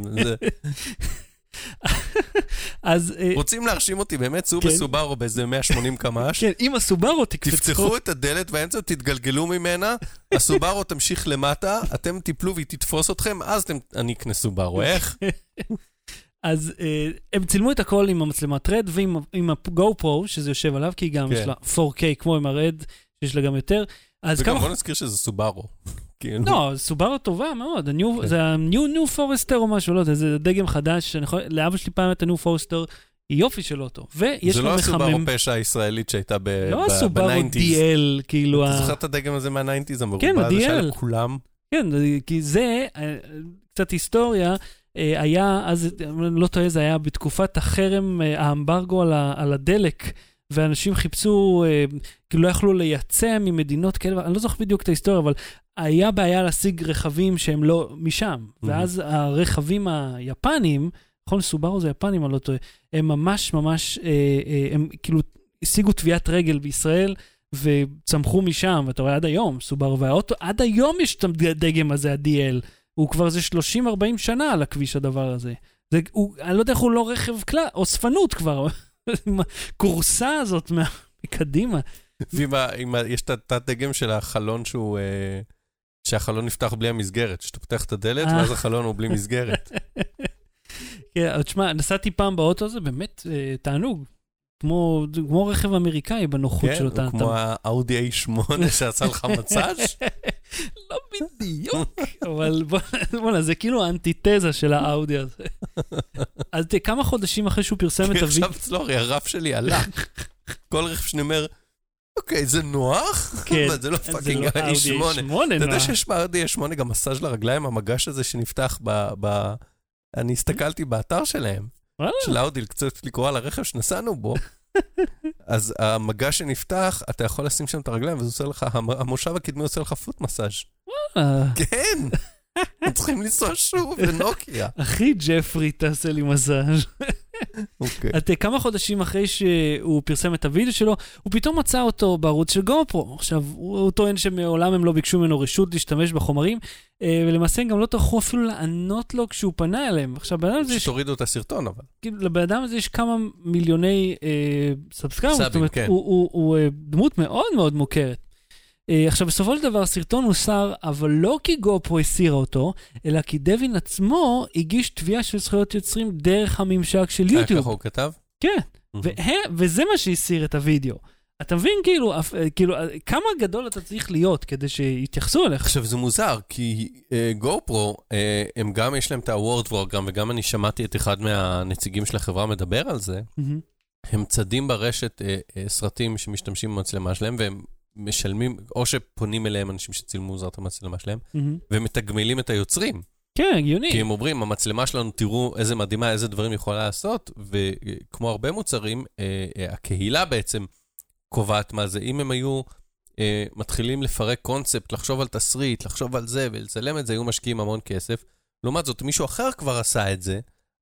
רוצים להרשים אותי, באמת, סעו בסובארו באיזה 180 קמ"ש. כן, עם הסובארו תקפצו. תפתחו את הדלת והאמצע תתגלגלו ממנה, הסובארו תמשיך למטה, אתם תיפלו והיא תתפוס אתכם, אז אני אקנה סובארו, איך? אז הם צילמו את הכל עם המצלמת רד ועם הגו-פרו, שזה יושב עליו, כי גם יש לה 4K כמו עם הרד, שיש לה גם יותר. וגם בוא נזכיר שזה סובארו. לא, סובארו טובה מאוד. זה ה-New Forester או משהו, לא, זה דגם חדש, לאבא שלי פעם את ה-New Forester, היא יופי של אוטו. זה לא הסובארו פשע הישראלית שהייתה ב-90s. לא הסובארו DL, כאילו... אתה זוכר את הדגם הזה מה-90s, המרובע הזה של כולם? כן, כי זה, קצת היסטוריה, היה, אז לא טועה, זה היה בתקופת החרם, האמברגו על הדלק, ואנשים חיפשו, כאילו לא יכלו לייצא ממדינות כאלה, אני לא זוכר בדיוק את ההיסטוריה, אבל היה בעיה להשיג רכבים שהם לא משם, ואז הרכבים היפנים, נכון, סובארו זה יפנים, אני לא טועה, הם ממש, הם כאילו השיגו תביעת רגל בישראל, וצמחו משם, ואתה רואה עד היום, סובארו והאוטו, עד היום יש את הדגם הזה, ה-DL, הוא כבר זה 30-40 שנה על הכביש הדבר הזה. אני לא יודע איך הוא לא רכב כלל, או ספנות כבר, עם הקורסה הזאת מקדימה. יש את הדגם של החלון שהחלון נפתח בלי המסגרת, שאתה פותח את הדלת, ואז החלון הוא בלי מסגרת. כן, תשמע, נסעתי פעם באוטו הזה, באמת תענוג. כמו רכב אמריקאי בנוחות שלו. כן, כמו האאודי A8 שעשה לך מצאז'? לא בדיוק, אבל בוא'נה, זה כאילו האנטיתזה של האאודי הזה. אז כמה חודשים אחרי שהוא פרסם את עכשיו צלורי, הרף שלי עלה. כל רכב שאני אומר, אוקיי, זה נוח? אבל זה לא פאקינג A8. אתה יודע שיש באאודי A8 גם מסאז' לרגליים, המגש הזה שנפתח אני הסתכלתי באתר שלהם. של האודי, קצת לקרוא על הרכב שנסענו בו, אז המגש שנפתח, אתה יכול לשים שם את הרגליים, וזה עושה לך, המושב הקדמי עושה לך פוט מסאז'. כן, הם צריכים לנסוע שוב לנוקיה. אחי ג'פרי תעשה לי מסאז'. כמה חודשים אחרי שהוא פרסם את הוידאו שלו, הוא פתאום מצא אותו בערוץ של גופרו. עכשיו, הוא טוען שמעולם הם לא ביקשו ממנו רשות להשתמש בחומרים, ולמעשה גם לא טרחו אפילו לענות לו כשהוא פנה אליהם. עכשיו, בן אדם הזה... שתורידו את הסרטון, אבל. לבן אדם הזה יש כמה מיליוני סאבסקריבers, זאת אומרת, הוא דמות מאוד מאוד מוכרת. עכשיו, בסופו של דבר, הסרטון הוסר, אבל לא כי גופרו הסירה אותו, אלא כי דווין עצמו הגיש תביעה של זכויות יוצרים דרך הממשק של יוטיוב. ככה הוא כתב? כן, וזה מה שהסיר את הוידאו. אתה מבין כאילו, כמה גדול אתה צריך להיות כדי שיתייחסו אליך? עכשיו, זה מוזר, כי גופרו, הם גם יש להם את ה-Award Program, וגם אני שמעתי את אחד מהנציגים של החברה מדבר על זה, הם צדים ברשת סרטים שמשתמשים במצלמה שלהם, והם משלמים, או שפונים אליהם אנשים שצילמו זאת המצלמה שלהם, ומתגמלים את היוצרים. כן, הגיוני. כי הם אומרים, המצלמה שלנו, תראו איזה מדהימה, איזה דברים יכולה לעשות, וכמו הרבה מוצרים, הקהילה בעצם קובעת מה זה. אם הם היו מתחילים לפרק קונספט, לחשוב על תסריט, לחשוב על זה, ולצלם את זה, היו משקיעים המון כסף. לעומת זאת, מישהו אחר כבר עשה את זה,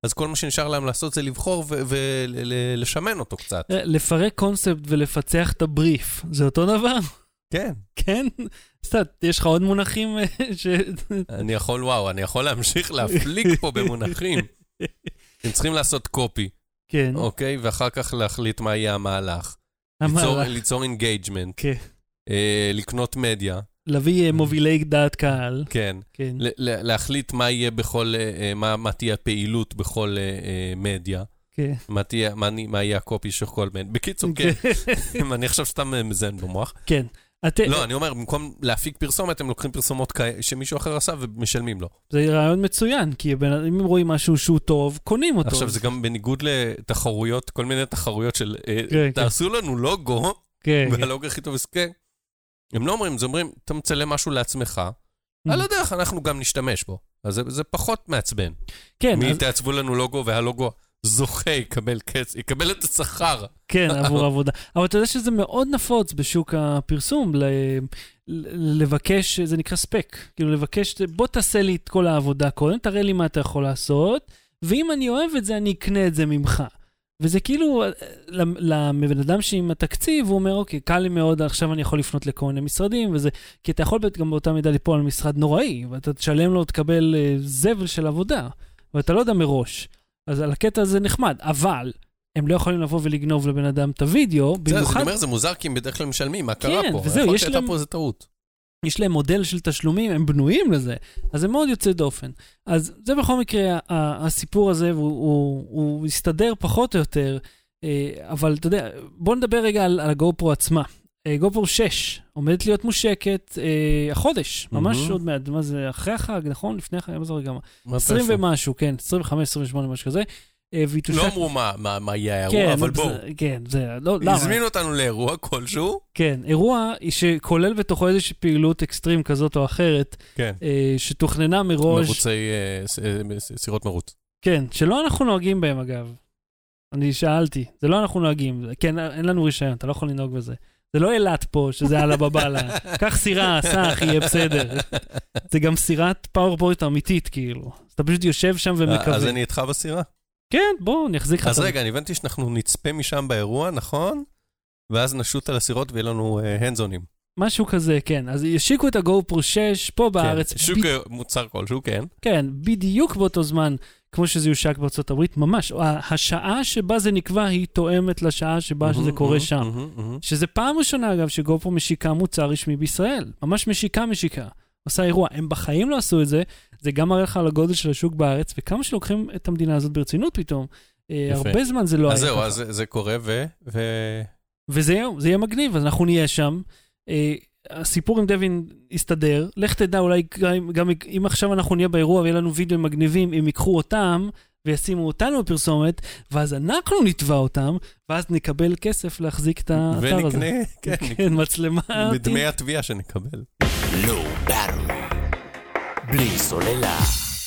אז כל מה שנשאר להם לעשות זה לבחור ולשמן אותו קצת. לפרק קונספט ולפצח את הבריף, זה אותו דבר? כן. כן? סתם, יש לך עוד מונחים אני יכול להמשיך להפליק פה במונחים. הם צריכים לעשות קופי. כן. אוקיי? ואחר כך להחליט מה יהיה המהלך. ליצור אינגייג'מנט. כן. לקנות מדיה. להביא מובילי דעת קהל. כן. להחליט מה יהיה בכל, מה תהיה הפעילות בכל מדיה. כן. מה יהיה הקופי של כל מדיה. בקיצור, כן. אני חושב שאתה מזן במוח. כן. לא, אני אומר, במקום להפיק פרסומת, הם לוקחים פרסומות שמישהו אחר עשה ומשלמים לו. זה רעיון מצוין, כי אם הם רואים משהו שהוא טוב, קונים אותו. עכשיו, זה גם בניגוד לתחרויות, כל מיני תחרויות של, תעשו לנו לוגו, והלוגו הכי טוב עסקה. הם לא אומרים, זה אומרים, אתה מצלם משהו לעצמך, על הדרך אנחנו גם נשתמש בו. אז זה פחות מעצבן. כן. מי תעצבו לנו לוגו, והלוגו זוכה, יקבל את השכר. כן, עבור עבודה. אבל אתה יודע שזה מאוד נפוץ בשוק הפרסום, לבקש, זה נקרא ספק, כאילו לבקש, בוא תעשה לי את כל העבודה קודם, תראה לי מה אתה יכול לעשות, ואם אני אוהב את זה, אני אקנה את זה ממך. וזה כאילו, לבן אדם שעם התקציב, הוא אומר, אוקיי, קל לי מאוד, עכשיו אני יכול לפנות לכל מיני משרדים, וזה, כי אתה יכול גם באותה מידה ליפול על משרד נוראי, ואתה תשלם לו, תקבל זבל של עבודה, ואתה לא יודע מראש. אז על הקטע הזה נחמד, אבל הם לא יכולים לבוא ולגנוב לבן אדם את הוידאו. זה אומר, זה מוזר, כי הם בדרך כלל משלמים, מה קרה פה? וזהו, יש להם פה איזה טעות. יש להם מודל של תשלומים, הם בנויים לזה, אז זה מאוד יוצא דופן. אז זה בכל מקרה, הסיפור הזה, הוא יסתדר פחות או יותר, אבל אתה יודע, בוא נדבר רגע על הגופרו עצמה. גופרו 6 עומדת להיות מושקת החודש, ממש עוד מעט, מה זה, אחרי החג, נכון? לפני החג, מה זה רגע? 20 ומשהו, כן, 25, 28, משהו כזה. לא אמרו מה יהיה האירוע, אבל בואו. כן, זה, לא, הזמינו אותנו לאירוע כלשהו. כן, אירוע שכולל בתוכו איזושהי פעילות אקסטרים כזאת או אחרת, שתוכננה מראש. מרוצי, סירות מרוץ. כן, שלא אנחנו נוהגים בהם אגב. אני שאלתי, זה לא אנחנו נוהגים, כן, אין לנו רישיון, אתה לא יכול לנהוג בזה. זה לא אלת פה, שזה על הבבלה. כך סירה, סך, יהיה בסדר. זה גם סירת פאורפוינט אמיתית, כאילו. אתה פשוט יושב שם ומקווה. אז אני איתך בסירה? כן, בואו, אני אחזיק לך. אז רגע, אני הבנתי שאנחנו נצפה משם באירוע, נכון? ואז נשוט על הסירות ויהיה לנו הנדזונים. משהו כזה, כן. אז ישיקו את הגופרו 6 פה בארץ. שוק מוצר כלשהו, כן. כן, בדיוק באותו זמן, כמו שזה יושק בארצות הברית, ממש. השעה שבה זה נקבע היא תואמת לשעה שבה שזה קורה שם. שזה פעם ראשונה, אגב, שגופרו משיקה מוצר רשמי בישראל. ממש משיקה. עושה אירוע. הם בחיים לא עשו את זה. זה גם מראה לך על הגודל של השוק בארץ, וכמה שלוקחים את המדינה הזאת ברצינות פתאום. הרבה זמן זה לא היה. אז זהו, אז זה קורה וזהו, זה יהיה מגניב, אז אנחנו נהיה שם. הסיפור עם דווין יסתדר. לך תדע, אולי גם אם עכשיו אנחנו נהיה באירוע ויהיה לנו וידאו מגניבים, אם ייקחו אותם וישימו אותנו בפרסומת, ואז אנחנו נתבע אותם, ואז נקבל כסף להחזיק את האתר הזה. ונקנה, כן, מצלמה. בדמי התביעה שנקבל. לא ברור. בלי סוללה.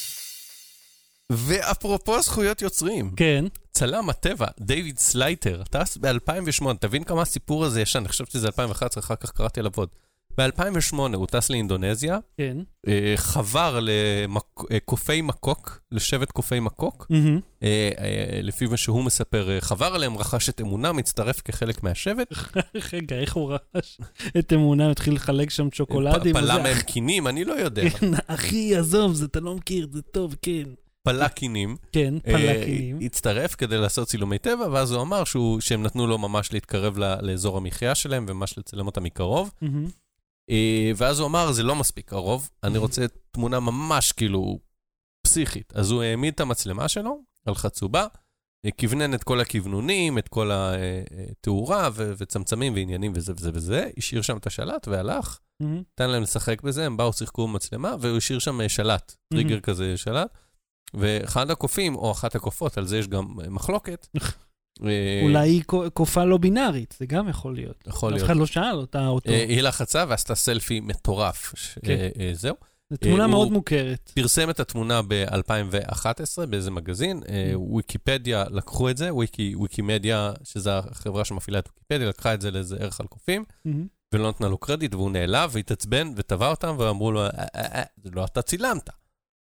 ואפרופו זכויות יוצרים. כן. צלם הטבע, דיוויד סלייטר, טס ב-2008, תבין כמה הסיפור הזה ישן, אני חושבת שזה 2011, אחר כך קראתי עליו עוד. ב-2008 הוא טס לאינדונזיה, כן. חבר לקופי מקוק, לשבט קופי מקוק, לפי מה שהוא מספר, חבר עליהם, רכש את אמונה, מצטרף כחלק מהשבט. רגע, איך הוא רכש את אמונה, התחיל לחלק שם שוקולדים? פלה מהם קינים, אני לא יודע. אחי, עזוב, זה אתה לא מכיר, זה טוב, כן. פלקינים. כן, פלקינים. הצטרף כדי לעשות צילומי טבע, ואז הוא אמר שהם נתנו לו ממש להתקרב לאזור המחיה שלהם, וממש לצלם אותם מקרוב. ואז הוא אמר, זה לא מספיק קרוב, אני רוצה תמונה ממש כאילו פסיכית. אז הוא העמיד את המצלמה שלו על חצובה, כיוונן את כל הכיוונונים, את כל התאורה וצמצמים ועניינים וזה וזה וזה, השאיר שם את השלט והלך, נתן להם לשחק בזה, הם באו, שיחקו במצלמה, והוא השאיר שם שלט, טריגר כזה שלט, ואחד הקופים, או אחת הקופות, על זה יש גם מחלוקת. אולי היא קופה לא בינארית, זה גם יכול להיות. יכול להיות. אף אחד לא שאל אותו. היא לחצה ועשתה סלפי מטורף. זהו. זו תמונה מאוד מוכרת. פרסם את התמונה ב-2011 באיזה מגזין, ויקיפדיה לקחו את זה, ויקימדיה, שזו החברה שמפעילה את ויקיפדיה, לקחה את זה לאיזה ערך על קופים, ולא נתנה לו קרדיט, והוא נעלב והתעצבן, וטבע אותם, ואמרו לו, זה לא אתה צילמת.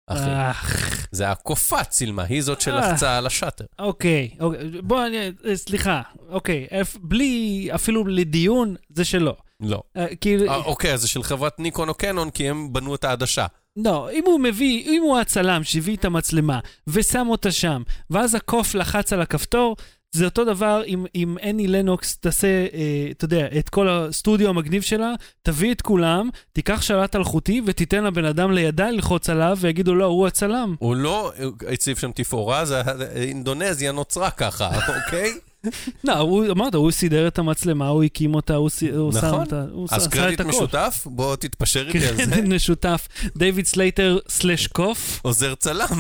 אחי. זה הקופה צילמה, היא זאת שלחצה על השאטר. אוקיי, בוא, סליחה, אוקיי, בלי, אפילו לדיון, זה שלו. לא. אוקיי, אז זה של חברת ניקון או קנון, כי הם בנו את העדשה. לא, אם הוא הצלם שהביא את המצלמה, ושם אותה שם, ואז הקוף לחץ על הכפתור, זה אותו דבר אם אני לנוקס תעשה, אתה יודע, את כל הסטודיו המגניב שלה, תביא את כולם, תיקח שלט אלחוטי ותיתן לבן אדם לידה ללחוץ עליו ויגידו לו, הוא הצלם. הוא לא הציב שם תפאורה, זה אינדונזיה נוצרה ככה, אוקיי? לא, הוא סידר את המצלמה, הוא הקים אותה, הוא שם אותה, הוא עשה את הכל. אז קרדיט משותף, בוא תתפשר איתי על זה. קרדיט משותף, דיוויד סלייטר /קוף. עוזר צלם.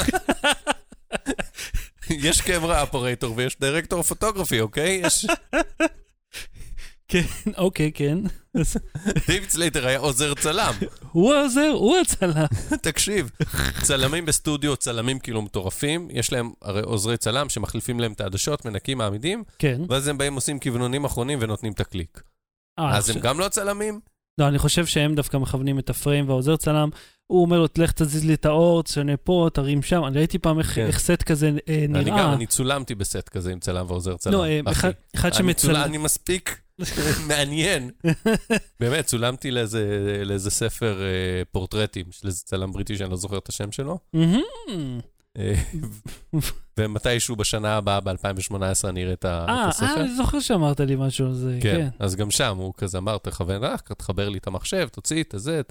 יש קמרה אפרטור ויש דירקטור פוטוגרפי, אוקיי? כן, אוקיי, כן. דיוויד סלייטר היה עוזר צלם. הוא העוזר, הוא הצלם. תקשיב, צלמים בסטודיו, צלמים כאילו מטורפים, יש להם הרי עוזרי צלם שמחליפים להם את העדשות, מנקים מעמידים, ואז הם באים עושים כיוונונים אחרונים ונותנים את הקליק. אז הם גם לא צלמים? לא, אני חושב שהם דווקא מכוונים את הפריים, והעוזר צלם, הוא אומר לו, תלך תזיז לי את האור, תשנה פה, תרים שם. אני ראיתי פעם איך סט כזה נראה. אני צולמתי בסט כזה עם צלם ועוזר צלם. לא, אחד שמצלם. אני מספיק מעניין. באמת, צולמתי לאיזה ספר פורטרטים, של איזה צלם בריטי שאני לא זוכר את השם שלו. ומתישהו בשנה הבאה, ב-2018, אני אראה את הספר. אני זוכר שאמרת לי משהו על זה. כן, אז גם שם הוא כזה אמר, תחבר לי את המחשב, תוציא את זה.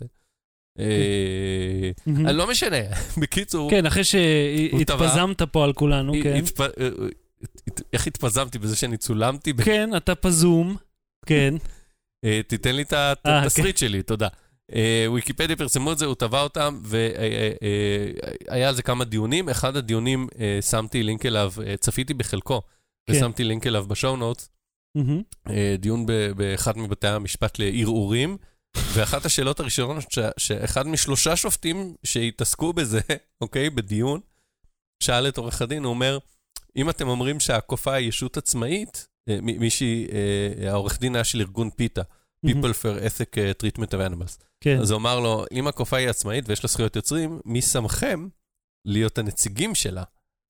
לא משנה, בקיצור... כן, אחרי שהתפזמת פה על כולנו, כן. איך התפזמתי בזה שאני צולמתי? כן, אתה פזום, כן. תיתן לי את התסריט שלי, תודה. וויקיפדיה פרסמו את זה, הוא טבע אותם, והיה על זה כמה דיונים. אחד הדיונים, שמתי לינק אליו, צפיתי בחלקו, ושמתי לינק אליו בשואו נוטס, דיון באחד מבתי המשפט לערעורים, ואחת השאלות הראשונות, שאחד משלושה שופטים שהתעסקו בזה, אוקיי, בדיון, שאל את עורך הדין, הוא אומר, אם אתם אומרים שהקופה היא ישות עצמאית, מישהי, העורך דין היה של ארגון פיטה, People for Ethic Treatment of Animals. אז הוא אמר לו, אם הקופה היא עצמאית ויש לה זכויות יוצרים, מי שמכם להיות הנציגים שלה?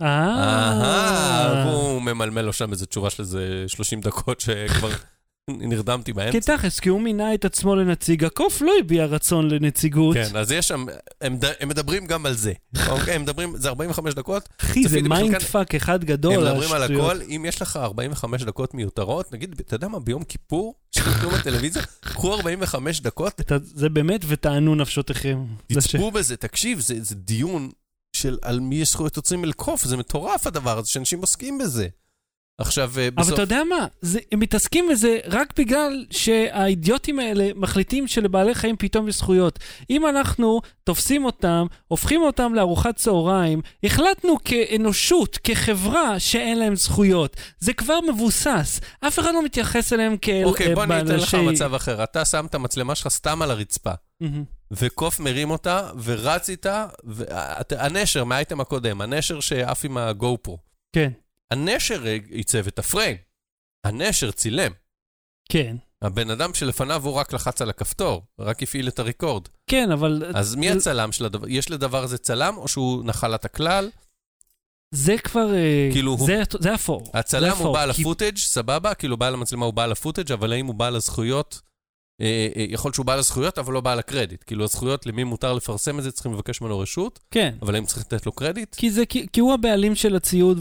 הוא ממלמל לו שם איזו תשובה של איזה 30 דקות שכבר נרדמתי באמצע. כי תכף, כי הוא מינה את עצמו לנציג, הקוף לא הביע רצון לנציגות. כן, אז יש שם, הם מדברים גם על זה. אוקיי, הם מדברים, זה 45 דקות. אחי, זה מיינדפאק אחד גדול. הם מדברים על הכל, אם יש לך 45 דקות מיותרות, נגיד, אתה יודע מה, ביום כיפור, שתצפו בטלוויזיה, קחו 45 דקות. זה באמת ותענו נפשותיכם. תצפו בזה, תקשיב, זה דיון של על מי יש זכויות יוצרים לקוף, זה מטורף הדבר הזה, שאנשים עוסקים בזה. עכשיו, אבל אתה יודע מה? הם מתעסקים בזה רק בגלל שהאידיוטים האלה מחליטים שלבעלי חיים פתאום יש זכויות. אם אנחנו תופסים אותם, הופכים אותם לארוחת צהריים, החלטנו כאנושות, כחברה שאין להם זכויות. זה כבר מבוסס. אף אחד לא מתייחס אליהם כאל... אוקיי, בוא ניתן לך מצב אחר. אתה שם את המצלמה שלך סתם על הרצפה, וקוף מרים אותה, ורץ איתה, הנשר, מהאייטם הקודם, הנשר שאף עם הגו-פרו. כן. הנשר ייצב את הפריים. הנשר צילם. כן. הבן אדם שלפניו הוא רק לחץ על הכפתור, רק הפעיל את הריקורד. כן, אבל... אז מי הצלם של הדבר? יש לדבר הזה צלם, או שהוא נחל את הכלל? זה כבר... כאילו זה אפור. הצלם הוא בעל הפוטאג', סבבה, כאילו בעל המצלמה הוא בעל הפוטאג', אבל האם הוא בעל הזכויות? יכול שהוא בעל הזכויות, אבל לא בעל הקרדיט. כאילו הזכויות, למי מותר לפרסם את זה, צריכים לבקש ממנו רשות. כן. אבל האם צריך לתת לו קרדיט? כי הוא הבעלים של הציוד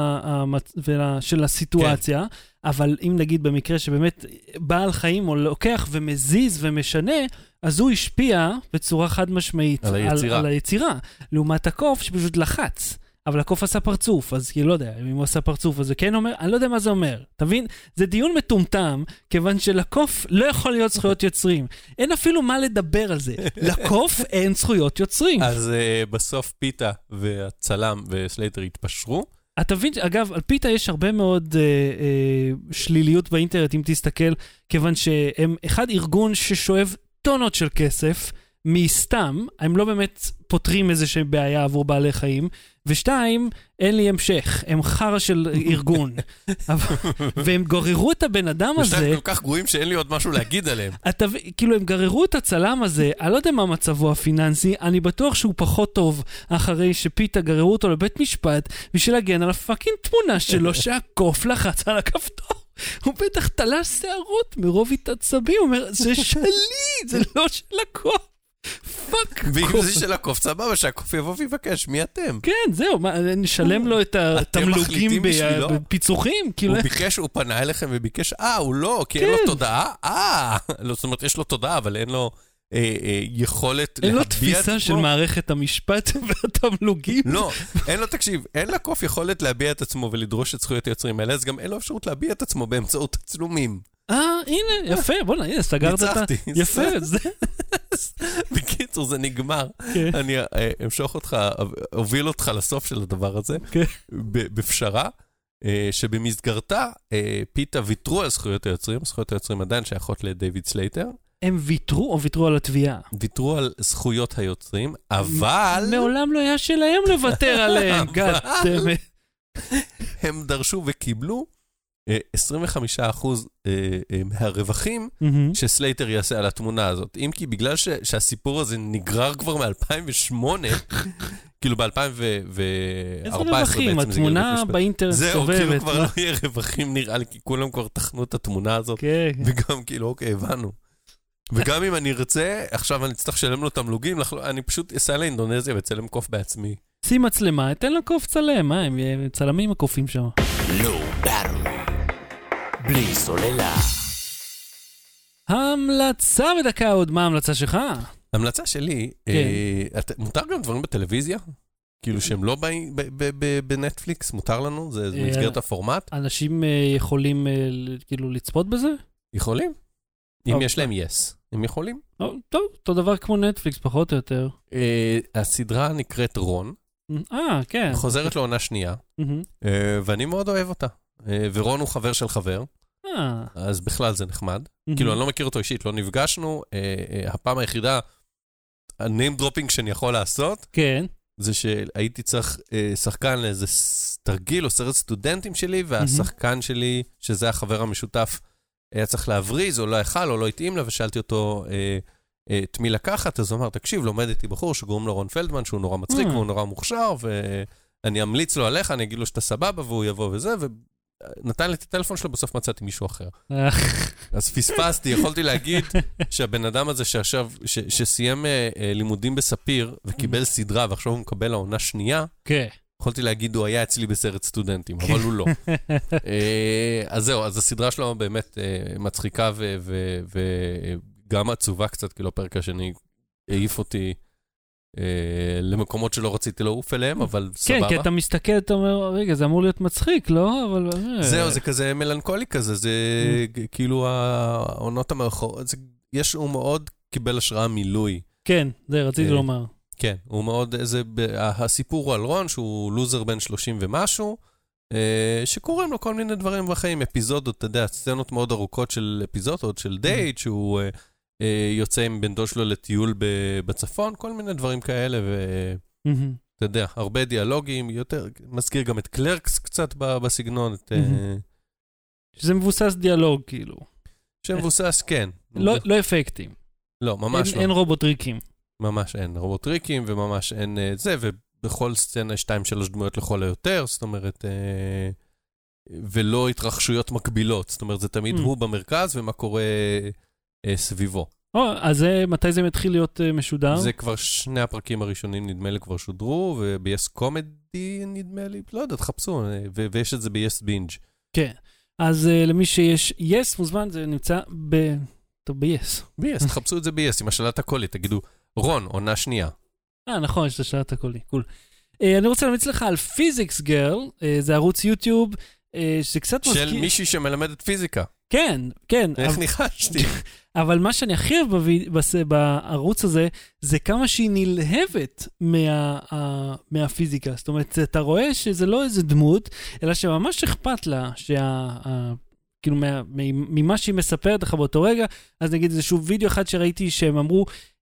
ושל הסיטואציה, אבל אם נגיד במקרה שבאמת בעל חיים הוא לוקח ומזיז ומשנה, אז הוא השפיע בצורה חד משמעית על היצירה. לעומת הקוף שפשוט לחץ. אבל הקוף עשה פרצוף, אז כאילו לא יודע, אם הוא עשה פרצוף, אז זה כן אומר, אני לא יודע מה זה אומר. תבין? זה דיון מטומטם, כיוון שלקוף לא יכול להיות זכויות יוצרים. אין אפילו מה לדבר על זה. לקוף אין זכויות יוצרים. אז בסוף פיטה והצלם וסלייטר התפשרו. אתה מבין, אגב, על פיטה יש הרבה מאוד שליליות באינטרנט, אם תסתכל, כיוון שהם אחד ארגון ששואב טונות של כסף, מסתם, הם לא באמת פותרים איזושהי בעיה עבור בעלי חיים, ושתיים, אין לי המשך, הם חרא של ארגון. והם גררו את הבן אדם הזה... ושתיים כל כך גרועים שאין לי עוד משהו להגיד עליהם. כאילו, הם גררו את הצלם הזה, אני לא יודע מה מצבו הפיננסי, אני בטוח שהוא פחות טוב, אחרי שפיתה גררו אותו לבית משפט, בשביל להגן על הפאקינג תמונה שלו, שהקוף לחץ על הכפתור. הוא בטח תלה שערות מרוב התעצבים, הוא אומר, זה שלי, זה לא של הקוף. פאק. ואם זה של הקוף, סבבה, שהקוף יבוא ויבקש, מי אתם? כן, זהו, נשלם לו את התמלוגים בפיצוחים. הוא ביקש, הוא פנה אליכם וביקש, הוא לא, כי אין לו תודעה, זאת אומרת, יש לו תודעה, אבל אין לו יכולת אין לו תפיסה של מערכת המשפט והתמלוגים. לא, אין לו, תקשיב, אין לקוף יכולת להביע את עצמו ולדרוש את זכויות היוצרים האלה, אז גם אין לו אפשרות להביע את עצמו באמצעות הצלומים. הנה, יפה, בוא'נה, הנה, סגרת את יפה, זה... בקיצור, זה נגמר. אני אמשוך אותך, אוביל אותך לסוף של הדבר הזה, בפשרה, שבמסגרתה פיתה ויתרו על זכויות היוצרים, זכויות היוצרים עדיין שייכות לדייוויד סלייטר. הם ויתרו או ויתרו על התביעה? ויתרו על זכויות היוצרים, אבל... מעולם לא היה שלהם לוותר עליהם, הם דרשו וקיבלו 25% מהרווחים שסלייטר יעשה על התמונה הזאת. אם כי בגלל שהסיפור הזה נגרר כבר מ-2008, כאילו ב-2014 איזה רווחים? התמונה באינטרנט סובבת. זהו, כאילו כבר לא יהיה רווחים נראה לי, כי כולם כבר תחנו את התמונה הזאת, וגם כאילו, אוקיי, הבנו. וגם אם אני ארצה, עכשיו אני צריך לשלם לו תמלוגים, אני פשוט אסע לאינדונזיה וצלם קוף בעצמי. שים מצלמה, תן לה קוף צלם, הם צלמים הקופים שם. לא ברור. בלי סוללה. המלצה בדקה עוד, מה ההמלצה שלך? ההמלצה שלי, מותר גם דברים בטלוויזיה? כאילו שהם לא בנטפליקס, מותר לנו? זה מסגרת הפורמט? אנשים יכולים כאילו לצפות בזה? יכולים. אם יש להם yes, הם יכולים. טוב, אותו דבר כמו נטפליקס, פחות או יותר. הסדרה נקראת רון. כן. חוזרת לעונה שנייה, ואני מאוד אוהב אותה. ורון הוא חבר של חבר, אז בכלל זה נחמד. כאילו, אני לא מכיר אותו אישית, לא נפגשנו. הפעם היחידה, ה-name dropping שאני יכול לעשות, כן. זה שהייתי צריך שחקן לאיזה תרגיל או סרט סטודנטים שלי, והשחקן שלי, שזה החבר המשותף, היה צריך להבריז, או לא יכל, או לא התאים לה, ושאלתי אותו את מי לקחת, אז הוא אמר, תקשיב, לומד איתי בחור שקוראים לו רון פלדמן, שהוא נורא מצחיק, והוא נורא מוכשר, ואני אמליץ לו עליך, אני אגיד לו שאתה סבבה, והוא יבוא וזה, ונתן לי את הטלפון שלו, בסוף מצאתי מישהו אחר. אז פספסתי, יכולתי להגיד שהבן אדם הזה שעכשיו, שסיים לימודים בספיר, וקיבל סדרה, ועכשיו הוא מקבל העונה שנייה, יכולתי להגיד, הוא היה אצלי בסרט סטודנטים, אבל הוא לא. אז זהו, אז הסדרה שלו באמת מצחיקה וגם עצובה קצת, כאילו הפרק השני העיף אותי למקומות שלא רציתי לעוף אליהם, אבל סבבה. כן, כי אתה מסתכל, אתה אומר, רגע, זה אמור להיות מצחיק, לא? אבל... זהו, זה כזה מלנכולי כזה, זה כאילו העונות המאוחרות, הוא מאוד קיבל השראה מילוי. כן, זה רציתי לומר. כן, הוא מאוד, הסיפור הוא על רון, שהוא לוזר בן 30 ומשהו, שקוראים לו כל מיני דברים בחיים, אפיזודות, אתה יודע, סצנות מאוד ארוכות של אפיזודות, של דייט, שהוא יוצא עם בן דוד שלו לטיול בצפון, כל מיני דברים כאלה, ואתה יודע, הרבה דיאלוגים, יותר, מזכיר גם את קלרקס קצת בסגנון. שזה מבוסס דיאלוג, כאילו. שמבוסס, כן. לא אפקטים. לא, ממש לא. אין רובוטריקים. ממש אין רובוטריקים, וממש אין זה, ובכל סצנה 2-3 דמויות לכל היותר, זאת אומרת, ולא התרחשויות מקבילות, זאת אומרת, זה תמיד הוא במרכז, ומה קורה סביבו. אז מתי זה מתחיל להיות משודר? זה כבר 2 הפרקים הראשונים, נדמה לי, כבר שודרו, וב-yes קומדי, נדמה לי, לא יודע, תחפשו, ויש את זה ב-yes בינג'. כן, אז למי שיש yes מוזמן, זה נמצא ב-yes. ב-yes, תחפשו את זה ב-yes, עם השאלת הקולית, תגידו, רון, עונה שנייה. נכון, יש את השאלת הקולית, קול. אני רוצה להמיץ לך על פיזיקס גרל, זה ערוץ יוטיוב, שקצת מזכיר... של מישהי שמלמדת פיזיקה. כן, כן. איך ניחשתי? אבל מה שאני הכי אוהב בערוץ הזה, זה כמה שהיא נלהבת מהפיזיקה. זאת אומרת, אתה רואה שזה לא איזה דמות, אלא שממש אכפת לה, כאילו ממה שהיא מספרת לך באותו רגע, אז נגיד איזשהו וידאו אחד שראיתי שהם אמרו,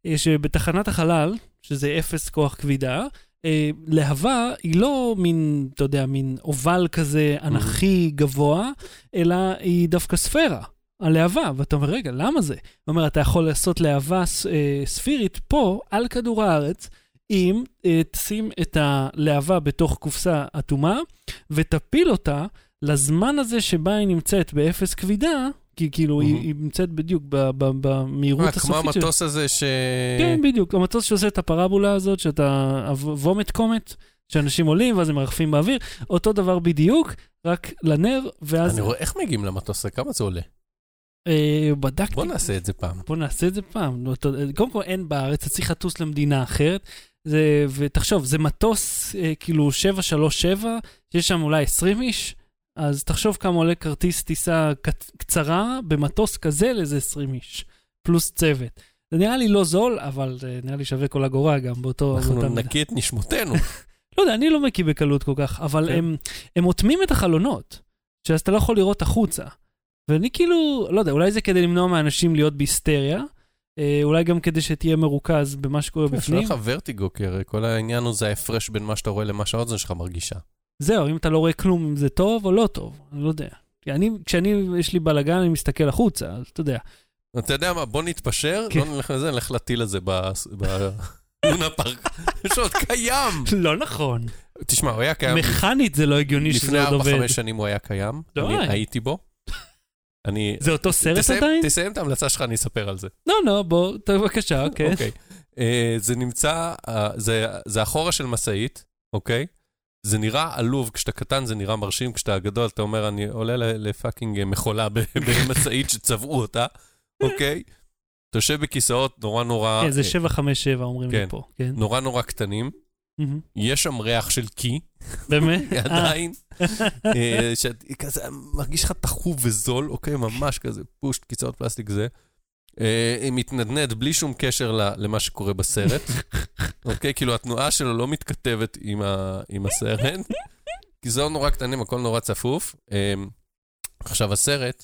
שבתחנת החלל, שזה 0 כוח כבידה, להבה היא לא מין, אתה יודע, מין אובל כזה אנכי גבוה, אלא היא דווקא ספירה, הלהבה, ואתה אומר, רגע, למה זה? הוא אומר, אתה יכול לעשות להבה ספירית פה, על כדור הארץ, אם תשים את הלהבה בתוך קופסה אטומה, ותפיל אותה לזמן הזה שבה היא נמצאת באפס כבידה, כי כאילו היא נמצאת בדיוק במהירות הסופית. כמו המטוס הזה כן, בדיוק. המטוס שעושה את הפרבולה הזאת, שאתה וומט קומט, שאנשים עולים ואז הם מרחפים באוויר. אותו דבר בדיוק, רק לנר, ואז... אני רואה איך מגיעים למטוס הזה, כמה זה עולה? בדקתי. בוא נעשה את זה פעם. קודם כל אין בארץ, אתה צריך לטוס למדינה אחרת, ותחשוב, זה מטוס כאילו 737, שיש שם אולי 20 איש, אז תחשוב כמה עולה כרטיס טיסה קצרה במטוס כזה לאיזה 20 איש, פלוס צוות. זה נראה לי לא זול, אבל זה נראה לי שווה כל אגורה גם באותו... אנחנו נקיא את נשמותינו. לא יודע, אני לא מקיא בקלות כל כך, אבל הם עוטמים את החלונות, שאז אתה לא יכול לראות החוצה. ואני כאילו, לא יודע, אולי זה כדי למנוע מאנשים להיות בהיסטריה, אולי גם כדי שתהיה מרוכז במה שקורה בפנים. יש לך ורטיגו, כי כל העניין הוא זה ההפרש בין מה שאתה רואה למה שהאוזן שלך מרגישה. זהו, אם אתה לא רואה כלום, אם זה טוב או לא טוב, אני לא יודע. יש לי בלגן, אני מסתכל החוצה, אז אתה יודע. אתה יודע מה, בוא נתפשר, לא נלך לזה, נלך לטיל הזה בלונה פארק. יש עוד קיים. לא נכון. תשמע, הוא היה קיים. מכנית זה לא הגיוני שזה עוד עובד. לפני 4-5 שנים הוא היה קיים. אני הייתי בו. זה אותו סרט עדיין? תסיים את ההמלצה שלך, אני אספר על זה. לא, בוא, בבקשה, אוקיי. זה נמצא, זה אחורה של מסעית, אוקיי? זה נראה עלוב, כשאתה קטן זה נראה מרשים, כשאתה גדול, אתה אומר, אני עולה לפאקינג מחולה במסעית שצבעו אותה, אוקיי? אתה יושב בכיסאות נורא... כן, זה 757 אומרים לי פה. נורא קטנים. יש שם ריח של קי. באמת? עדיין. כזה מרגיש לך תחוב וזול, אוקיי? ממש כזה פושט, כיסאות פלסטיק זה. מתנדנד בלי שום קשר למה שקורה בסרט. אוקיי? כאילו התנועה שלו לא מתכתבת עם הסרט. כיסאות נורא קטנים, הכל נורא צפוף. עכשיו הסרט,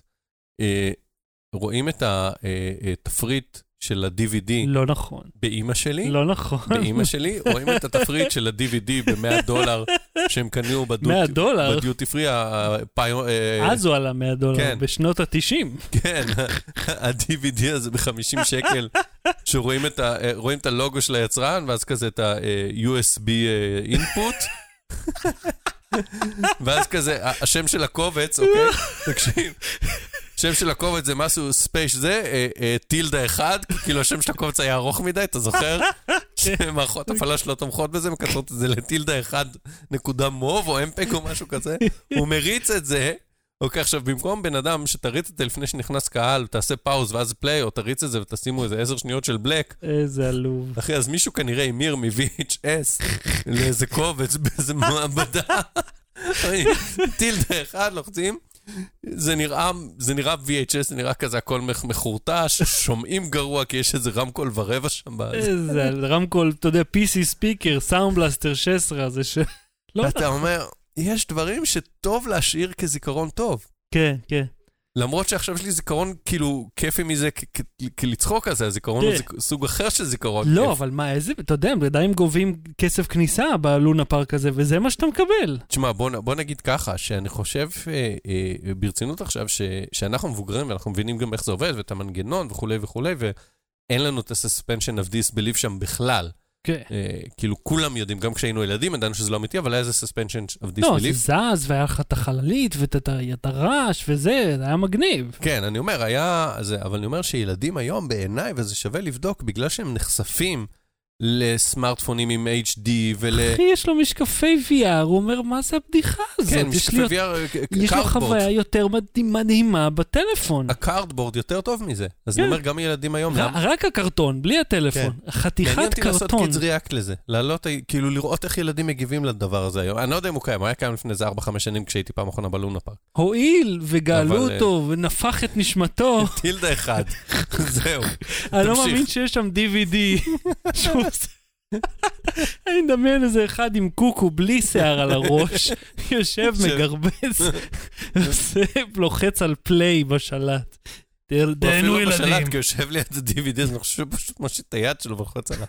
רואים את התפריט של ה-DVD. לא נכון. באמא שלי. לא נכון. באמא שלי, רואים את התפריט של ה-DVD ב$100 שהם קנו בדיוטי פרי. אז הוא עלה $100, בשנות ה-90. כן, ה-DVD הזה ב$50, שרואים את הלוגו של היצרן, ואז כזה את ה-USB input, ואז כזה, השם של הקובץ, אוקיי? תקשיב. השם של הקובץ זה משהו ספייש זה, טילדה אחד, כאילו השם של הקובץ היה ארוך מדי, אתה זוכר? שמערכות הפעלה שלא תומכות בזה, מקצרות את זה לטילדה אחד נקודה מוב או אמפק או משהו כזה, הוא מריץ את זה, אוקיי, עכשיו במקום בן אדם שתריץ את זה לפני שנכנס קהל, תעשה פאוז ואז פליי, או תריץ את זה ותשימו איזה 10 שניות של בלק. איזה עלוב. אחי, אז מישהו כנראה אמיר מ-VHS לאיזה קובץ באיזה מעבדה, טילדה אחד לוחצים, זה נראה VHS, זה נראה כזה הכל מחורטש, שומעים גרוע כי יש איזה רמקול ורבע שם. איזה רמקול, אתה יודע, PC ספיקר, סאונד בלאסטר 16, זה ש... אתה אומר, יש דברים שטוב להשאיר כזיכרון טוב. כן, כן. למרות שעכשיו יש לי זיכרון כאילו כיפי מזה, כלצחוק כזה, הזיכרון הוא סוג אחר של זיכרון. לא, אבל מה, איזה, אתה יודע, עדיין גובים כסף כניסה בלונה פארק הזה, וזה מה שאתה מקבל. תשמע, בוא נגיד ככה, שאני חושב ברצינות עכשיו, שאנחנו מבוגרים, ואנחנו מבינים גם איך זה עובד, ואת המנגנון וכולי וכולי, ואין לנו את ה-suspension of disbelief שם בכלל. כאילו כולם יודעים, גם כשהיינו ילדים, ידענו שזה לא אמיתי, אבל היה איזה suspension of disbelief. לא, זה זז, והיה לך את החללית, ואת הרעש, וזה היה מגניב. כן, אני אומר, אבל אני אומר שילדים היום בעיניי, וזה שווה לבדוק, בגלל שהם נחשפים לסמארטפונים עם HD אחי, יש לו משקפי VR, הוא אומר, מה זה הבדיחה הזאת? כן, משקפי VR, יש לו חוויה יותר מדהימה בטלפון. הקארדבורד יותר טוב מזה. אז אני אומר, גם ילדים היום... רק הקרטון, בלי הטלפון. חתיכת קרטון. מעניין אותי לעשות קידס ריאקט לזה. כאילו לראות איך ילדים מגיבים לדבר הזה היום. אני לא יודע אם הוא קיים, הוא היה קיים לפני איזה 4-5 שנים כשהייתי פעם אחרונה בלונה פארק. הועיל וגאלו אותו ונפח את נשמתו. טילדה אחד. זהו. אני לא מאמין שיש שם DVD. אני מדמיין איזה אחד עם קוקו בלי שיער על הראש, יושב מגרבץ, לוחץ על פליי בשלט. דהנו ילדים. בשלט, כי יושב לי את ה-DVD, אז אני חושב שפשוט מושיט את היד שלו ולחוץ עליו.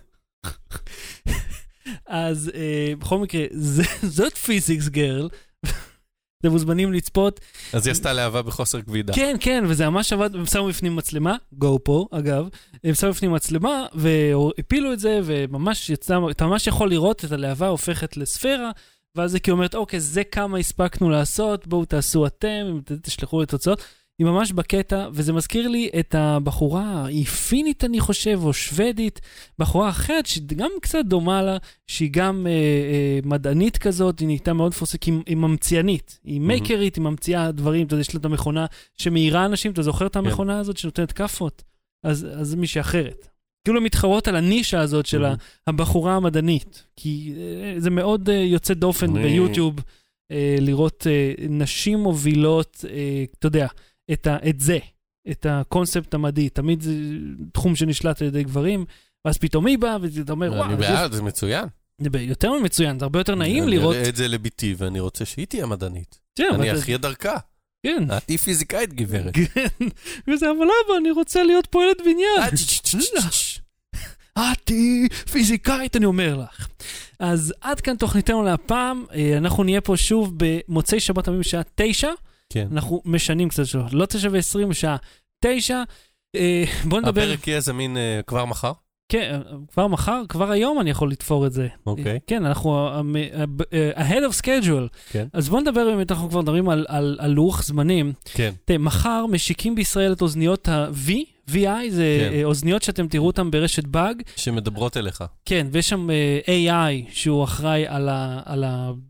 אז בכל מקרה, זאת פיזיקס גרל, אתם מוזמנים לצפות. אז היא עשתה להבה בחוסר כבידה. כן, כן, וזה ממש עבד, הם שמו בפנים מצלמה, GoPro, אגב, הם שמו בפנים מצלמה, והפילו את זה, וממש יצא, אתה ממש יכול לראות את הלהבה הופכת לספירה, ואז זה כי אומרת, אוקיי, זה כמה הספקנו לעשות, בואו תעשו אתם, תשלחו לי תוצאות. היא ממש בקטע, וזה מזכיר לי את הבחורה, היא פינית אני חושב, או שוודית, בחורה אחרת שגם קצת דומה לה, שהיא גם מדענית כזאת, היא נהייתה מאוד פוסק, היא ממציאנית, היא מייקרית, היא ממציאה דברים, אתה יודע, יש לה את המכונה שמאירה אנשים, אתה זוכר את המכונה הזאת שנותנת כפות? אז זה מישהי אחרת. כאילו מתחרות על הנישה הזאת של הבחורה המדענית, כי זה מאוד יוצא דופן ביוטיוב, לראות נשים מובילות, אתה יודע, את זה, את הקונספט המדעי, תמיד זה תחום שנשלט על ידי גברים, ואז פתאום היא באה, ואתה אומר, וואו. אני בעד, זה מצוין. זה יותר ממצוין, זה הרבה יותר נעים לראות. אני אראה את זה לביתי, ואני רוצה שהיא תהיה מדענית. אני אחיה דרכה. כן. את היא פיזיקאית גברת. כן. וזה, אבל אבא, אני רוצה להיות פועלת בניין. את היא פיזיקאית, אני אומר לך. אז עד כאן תוכניתנו להפעם, אנחנו נהיה פה שוב במוצאי שבת עמים בשעה 9, כן. אנחנו משנים קצת שלו, לא 9:20 בשעה 9. בוא נדבר... הפרק יהיה זמין כבר מחר? כן, כבר מחר, כבר היום אני יכול לתפור את זה. אוקיי. כן, אנחנו ahead of schedule. כן. אז בוא נדבר באמת, אנחנו כבר מדברים על לוח זמנים. כן. מחר משיקים בישראל את אוזניות ה-V, VI, זה אוזניות שאתם תראו אותם ברשת באג. שמדברות אליך. כן, ויש שם AI שהוא אחראי על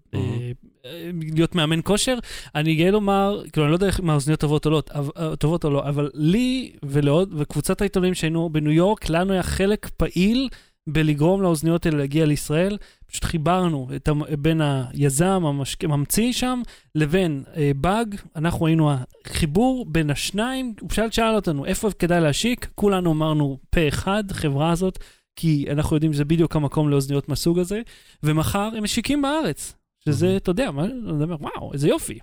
להיות מאמן כושר. אני גאה לומר, כאילו אני לא יודע מה האוזניות טובות או לא, אבל לי וקבוצת העיתונאים שהיינו בניו יורק, לנו היה חלק פעיל בלגרום לאוזניות האלה להגיע לישראל. פשוט חיברנו בין היזם, הממציא שם, לבין באג. אנחנו היינו החיבור בין השניים. הוא שאל אותנו, איפה כדאי להשיק? כולנו אמרנו פה אחד, חברה הזאת, כי אנחנו יודעים שזה בדיוק המקום לאוזניות מהסוג הזה. ומחר הם משיקים בארץ. שזה, אתה יודע, וואו, איזה יופי.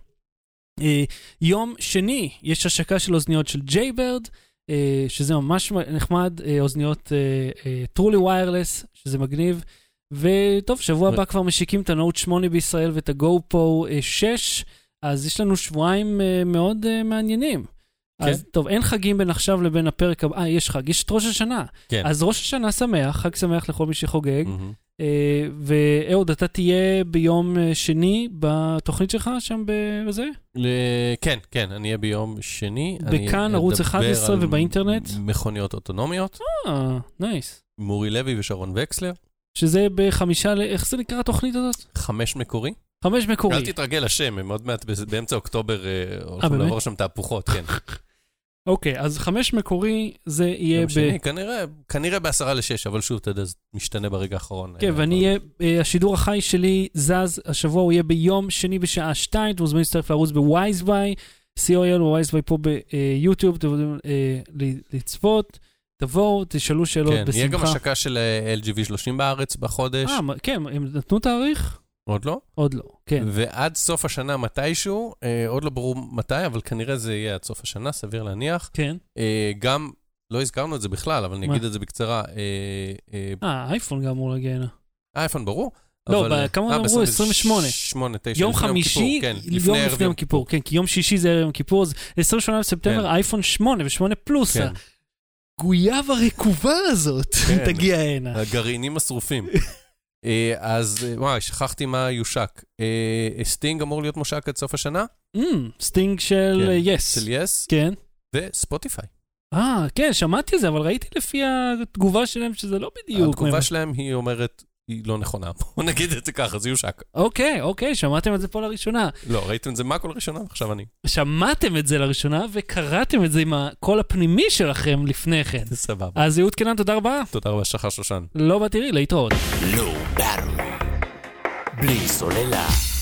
יום שני, יש השקה של אוזניות של ג'ייברד, שזה ממש נחמד, אוזניות truly wireless, שזה מגניב, וטוב, שבוע הבא כבר משיקים את הנוט 8 בישראל ואת הגו-פרו 6, אז יש לנו שבועיים מאוד מעניינים. אז טוב, אין חגים בין עכשיו לבין הפרק הבא, יש חג, יש את ראש השנה. אז ראש השנה שמח, חג שמח לכל מי שחוגג, ואהוד, אתה תהיה ביום שני בתוכנית שלך שם בזה? כן, כן, אני אהיה ביום שני. בכאן, ערוץ 11 ובאינטרנט? מכוניות אוטונומיות. נייס. מורי לוי ושרון וקסלר. שזה בחמישה, איך זה נקרא התוכנית הזאת? 5 מקורי. 5 מקורי. אל תתרגל לשם, הם עוד מעט באמצע אוקטובר הולכים לעבור שם תהפוכות, כן. אוקיי, אז 5 מקורי זה יהיה כנראה ב5:50, אבל שוב, אתה יודע, זה משתנה ברגע האחרון. כן, ואני אהיה, השידור החי שלי זז, השבוע הוא יהיה ביום שני בשעה 2, אתם מוזמנים להצטרף לערוץ בווייזביי, co.il או ווייזביי פה ביוטיוב, אתם יכולים לצפות, תבואו, תשאלו שאלות בשמחה. כן, יהיה גם השקה של LGV30 בארץ בחודש. כן, הם נתנו תאריך? עוד לא? עוד לא, כן. ועד סוף השנה מתישהו, עוד לא ברור מתי, אבל כנראה זה יהיה עד סוף השנה, סביר להניח. כן. גם, לא הזכרנו את זה בכלל, אבל אני אגיד את זה בקצרה. האייפון גם אמור להגיע הנה. האייפון ברור. לא, כמה אמרו? 28. 9, יום חמישי, יום לפני יום כיפור. כן, כי יום שישי זה יום כיפור, אז 28 בספטמבר, אייפון 8 ו8 פלוס. הגויאב הרקובה הזאת תגיע הנה. הגרעינים השרופים. אז וואי, שכחתי מה יושק. סטינג אמור להיות מושק עד סוף השנה? סטינג של יס. של יס. כן. וספוטיפיי. כן, שמעתי את זה, אבל ראיתי לפי התגובה שלהם שזה לא בדיוק. התגובה שלהם היא אומרת, היא לא נכונה. בוא נגיד את זה ככה, זה יושק. אוקיי, שמעתם את זה פה לראשונה. לא, ראיתם את זה מה כל לראשונה, עכשיו אני. שמעתם את זה לראשונה, וקראתם את זה עם הקול הפנימי שלכם לפני כן. סבבה. אז יהוד קנן, תודה רבה. תודה רבה, שחר שושן. לא בתראי, להתראות. לא, בלי סוללה.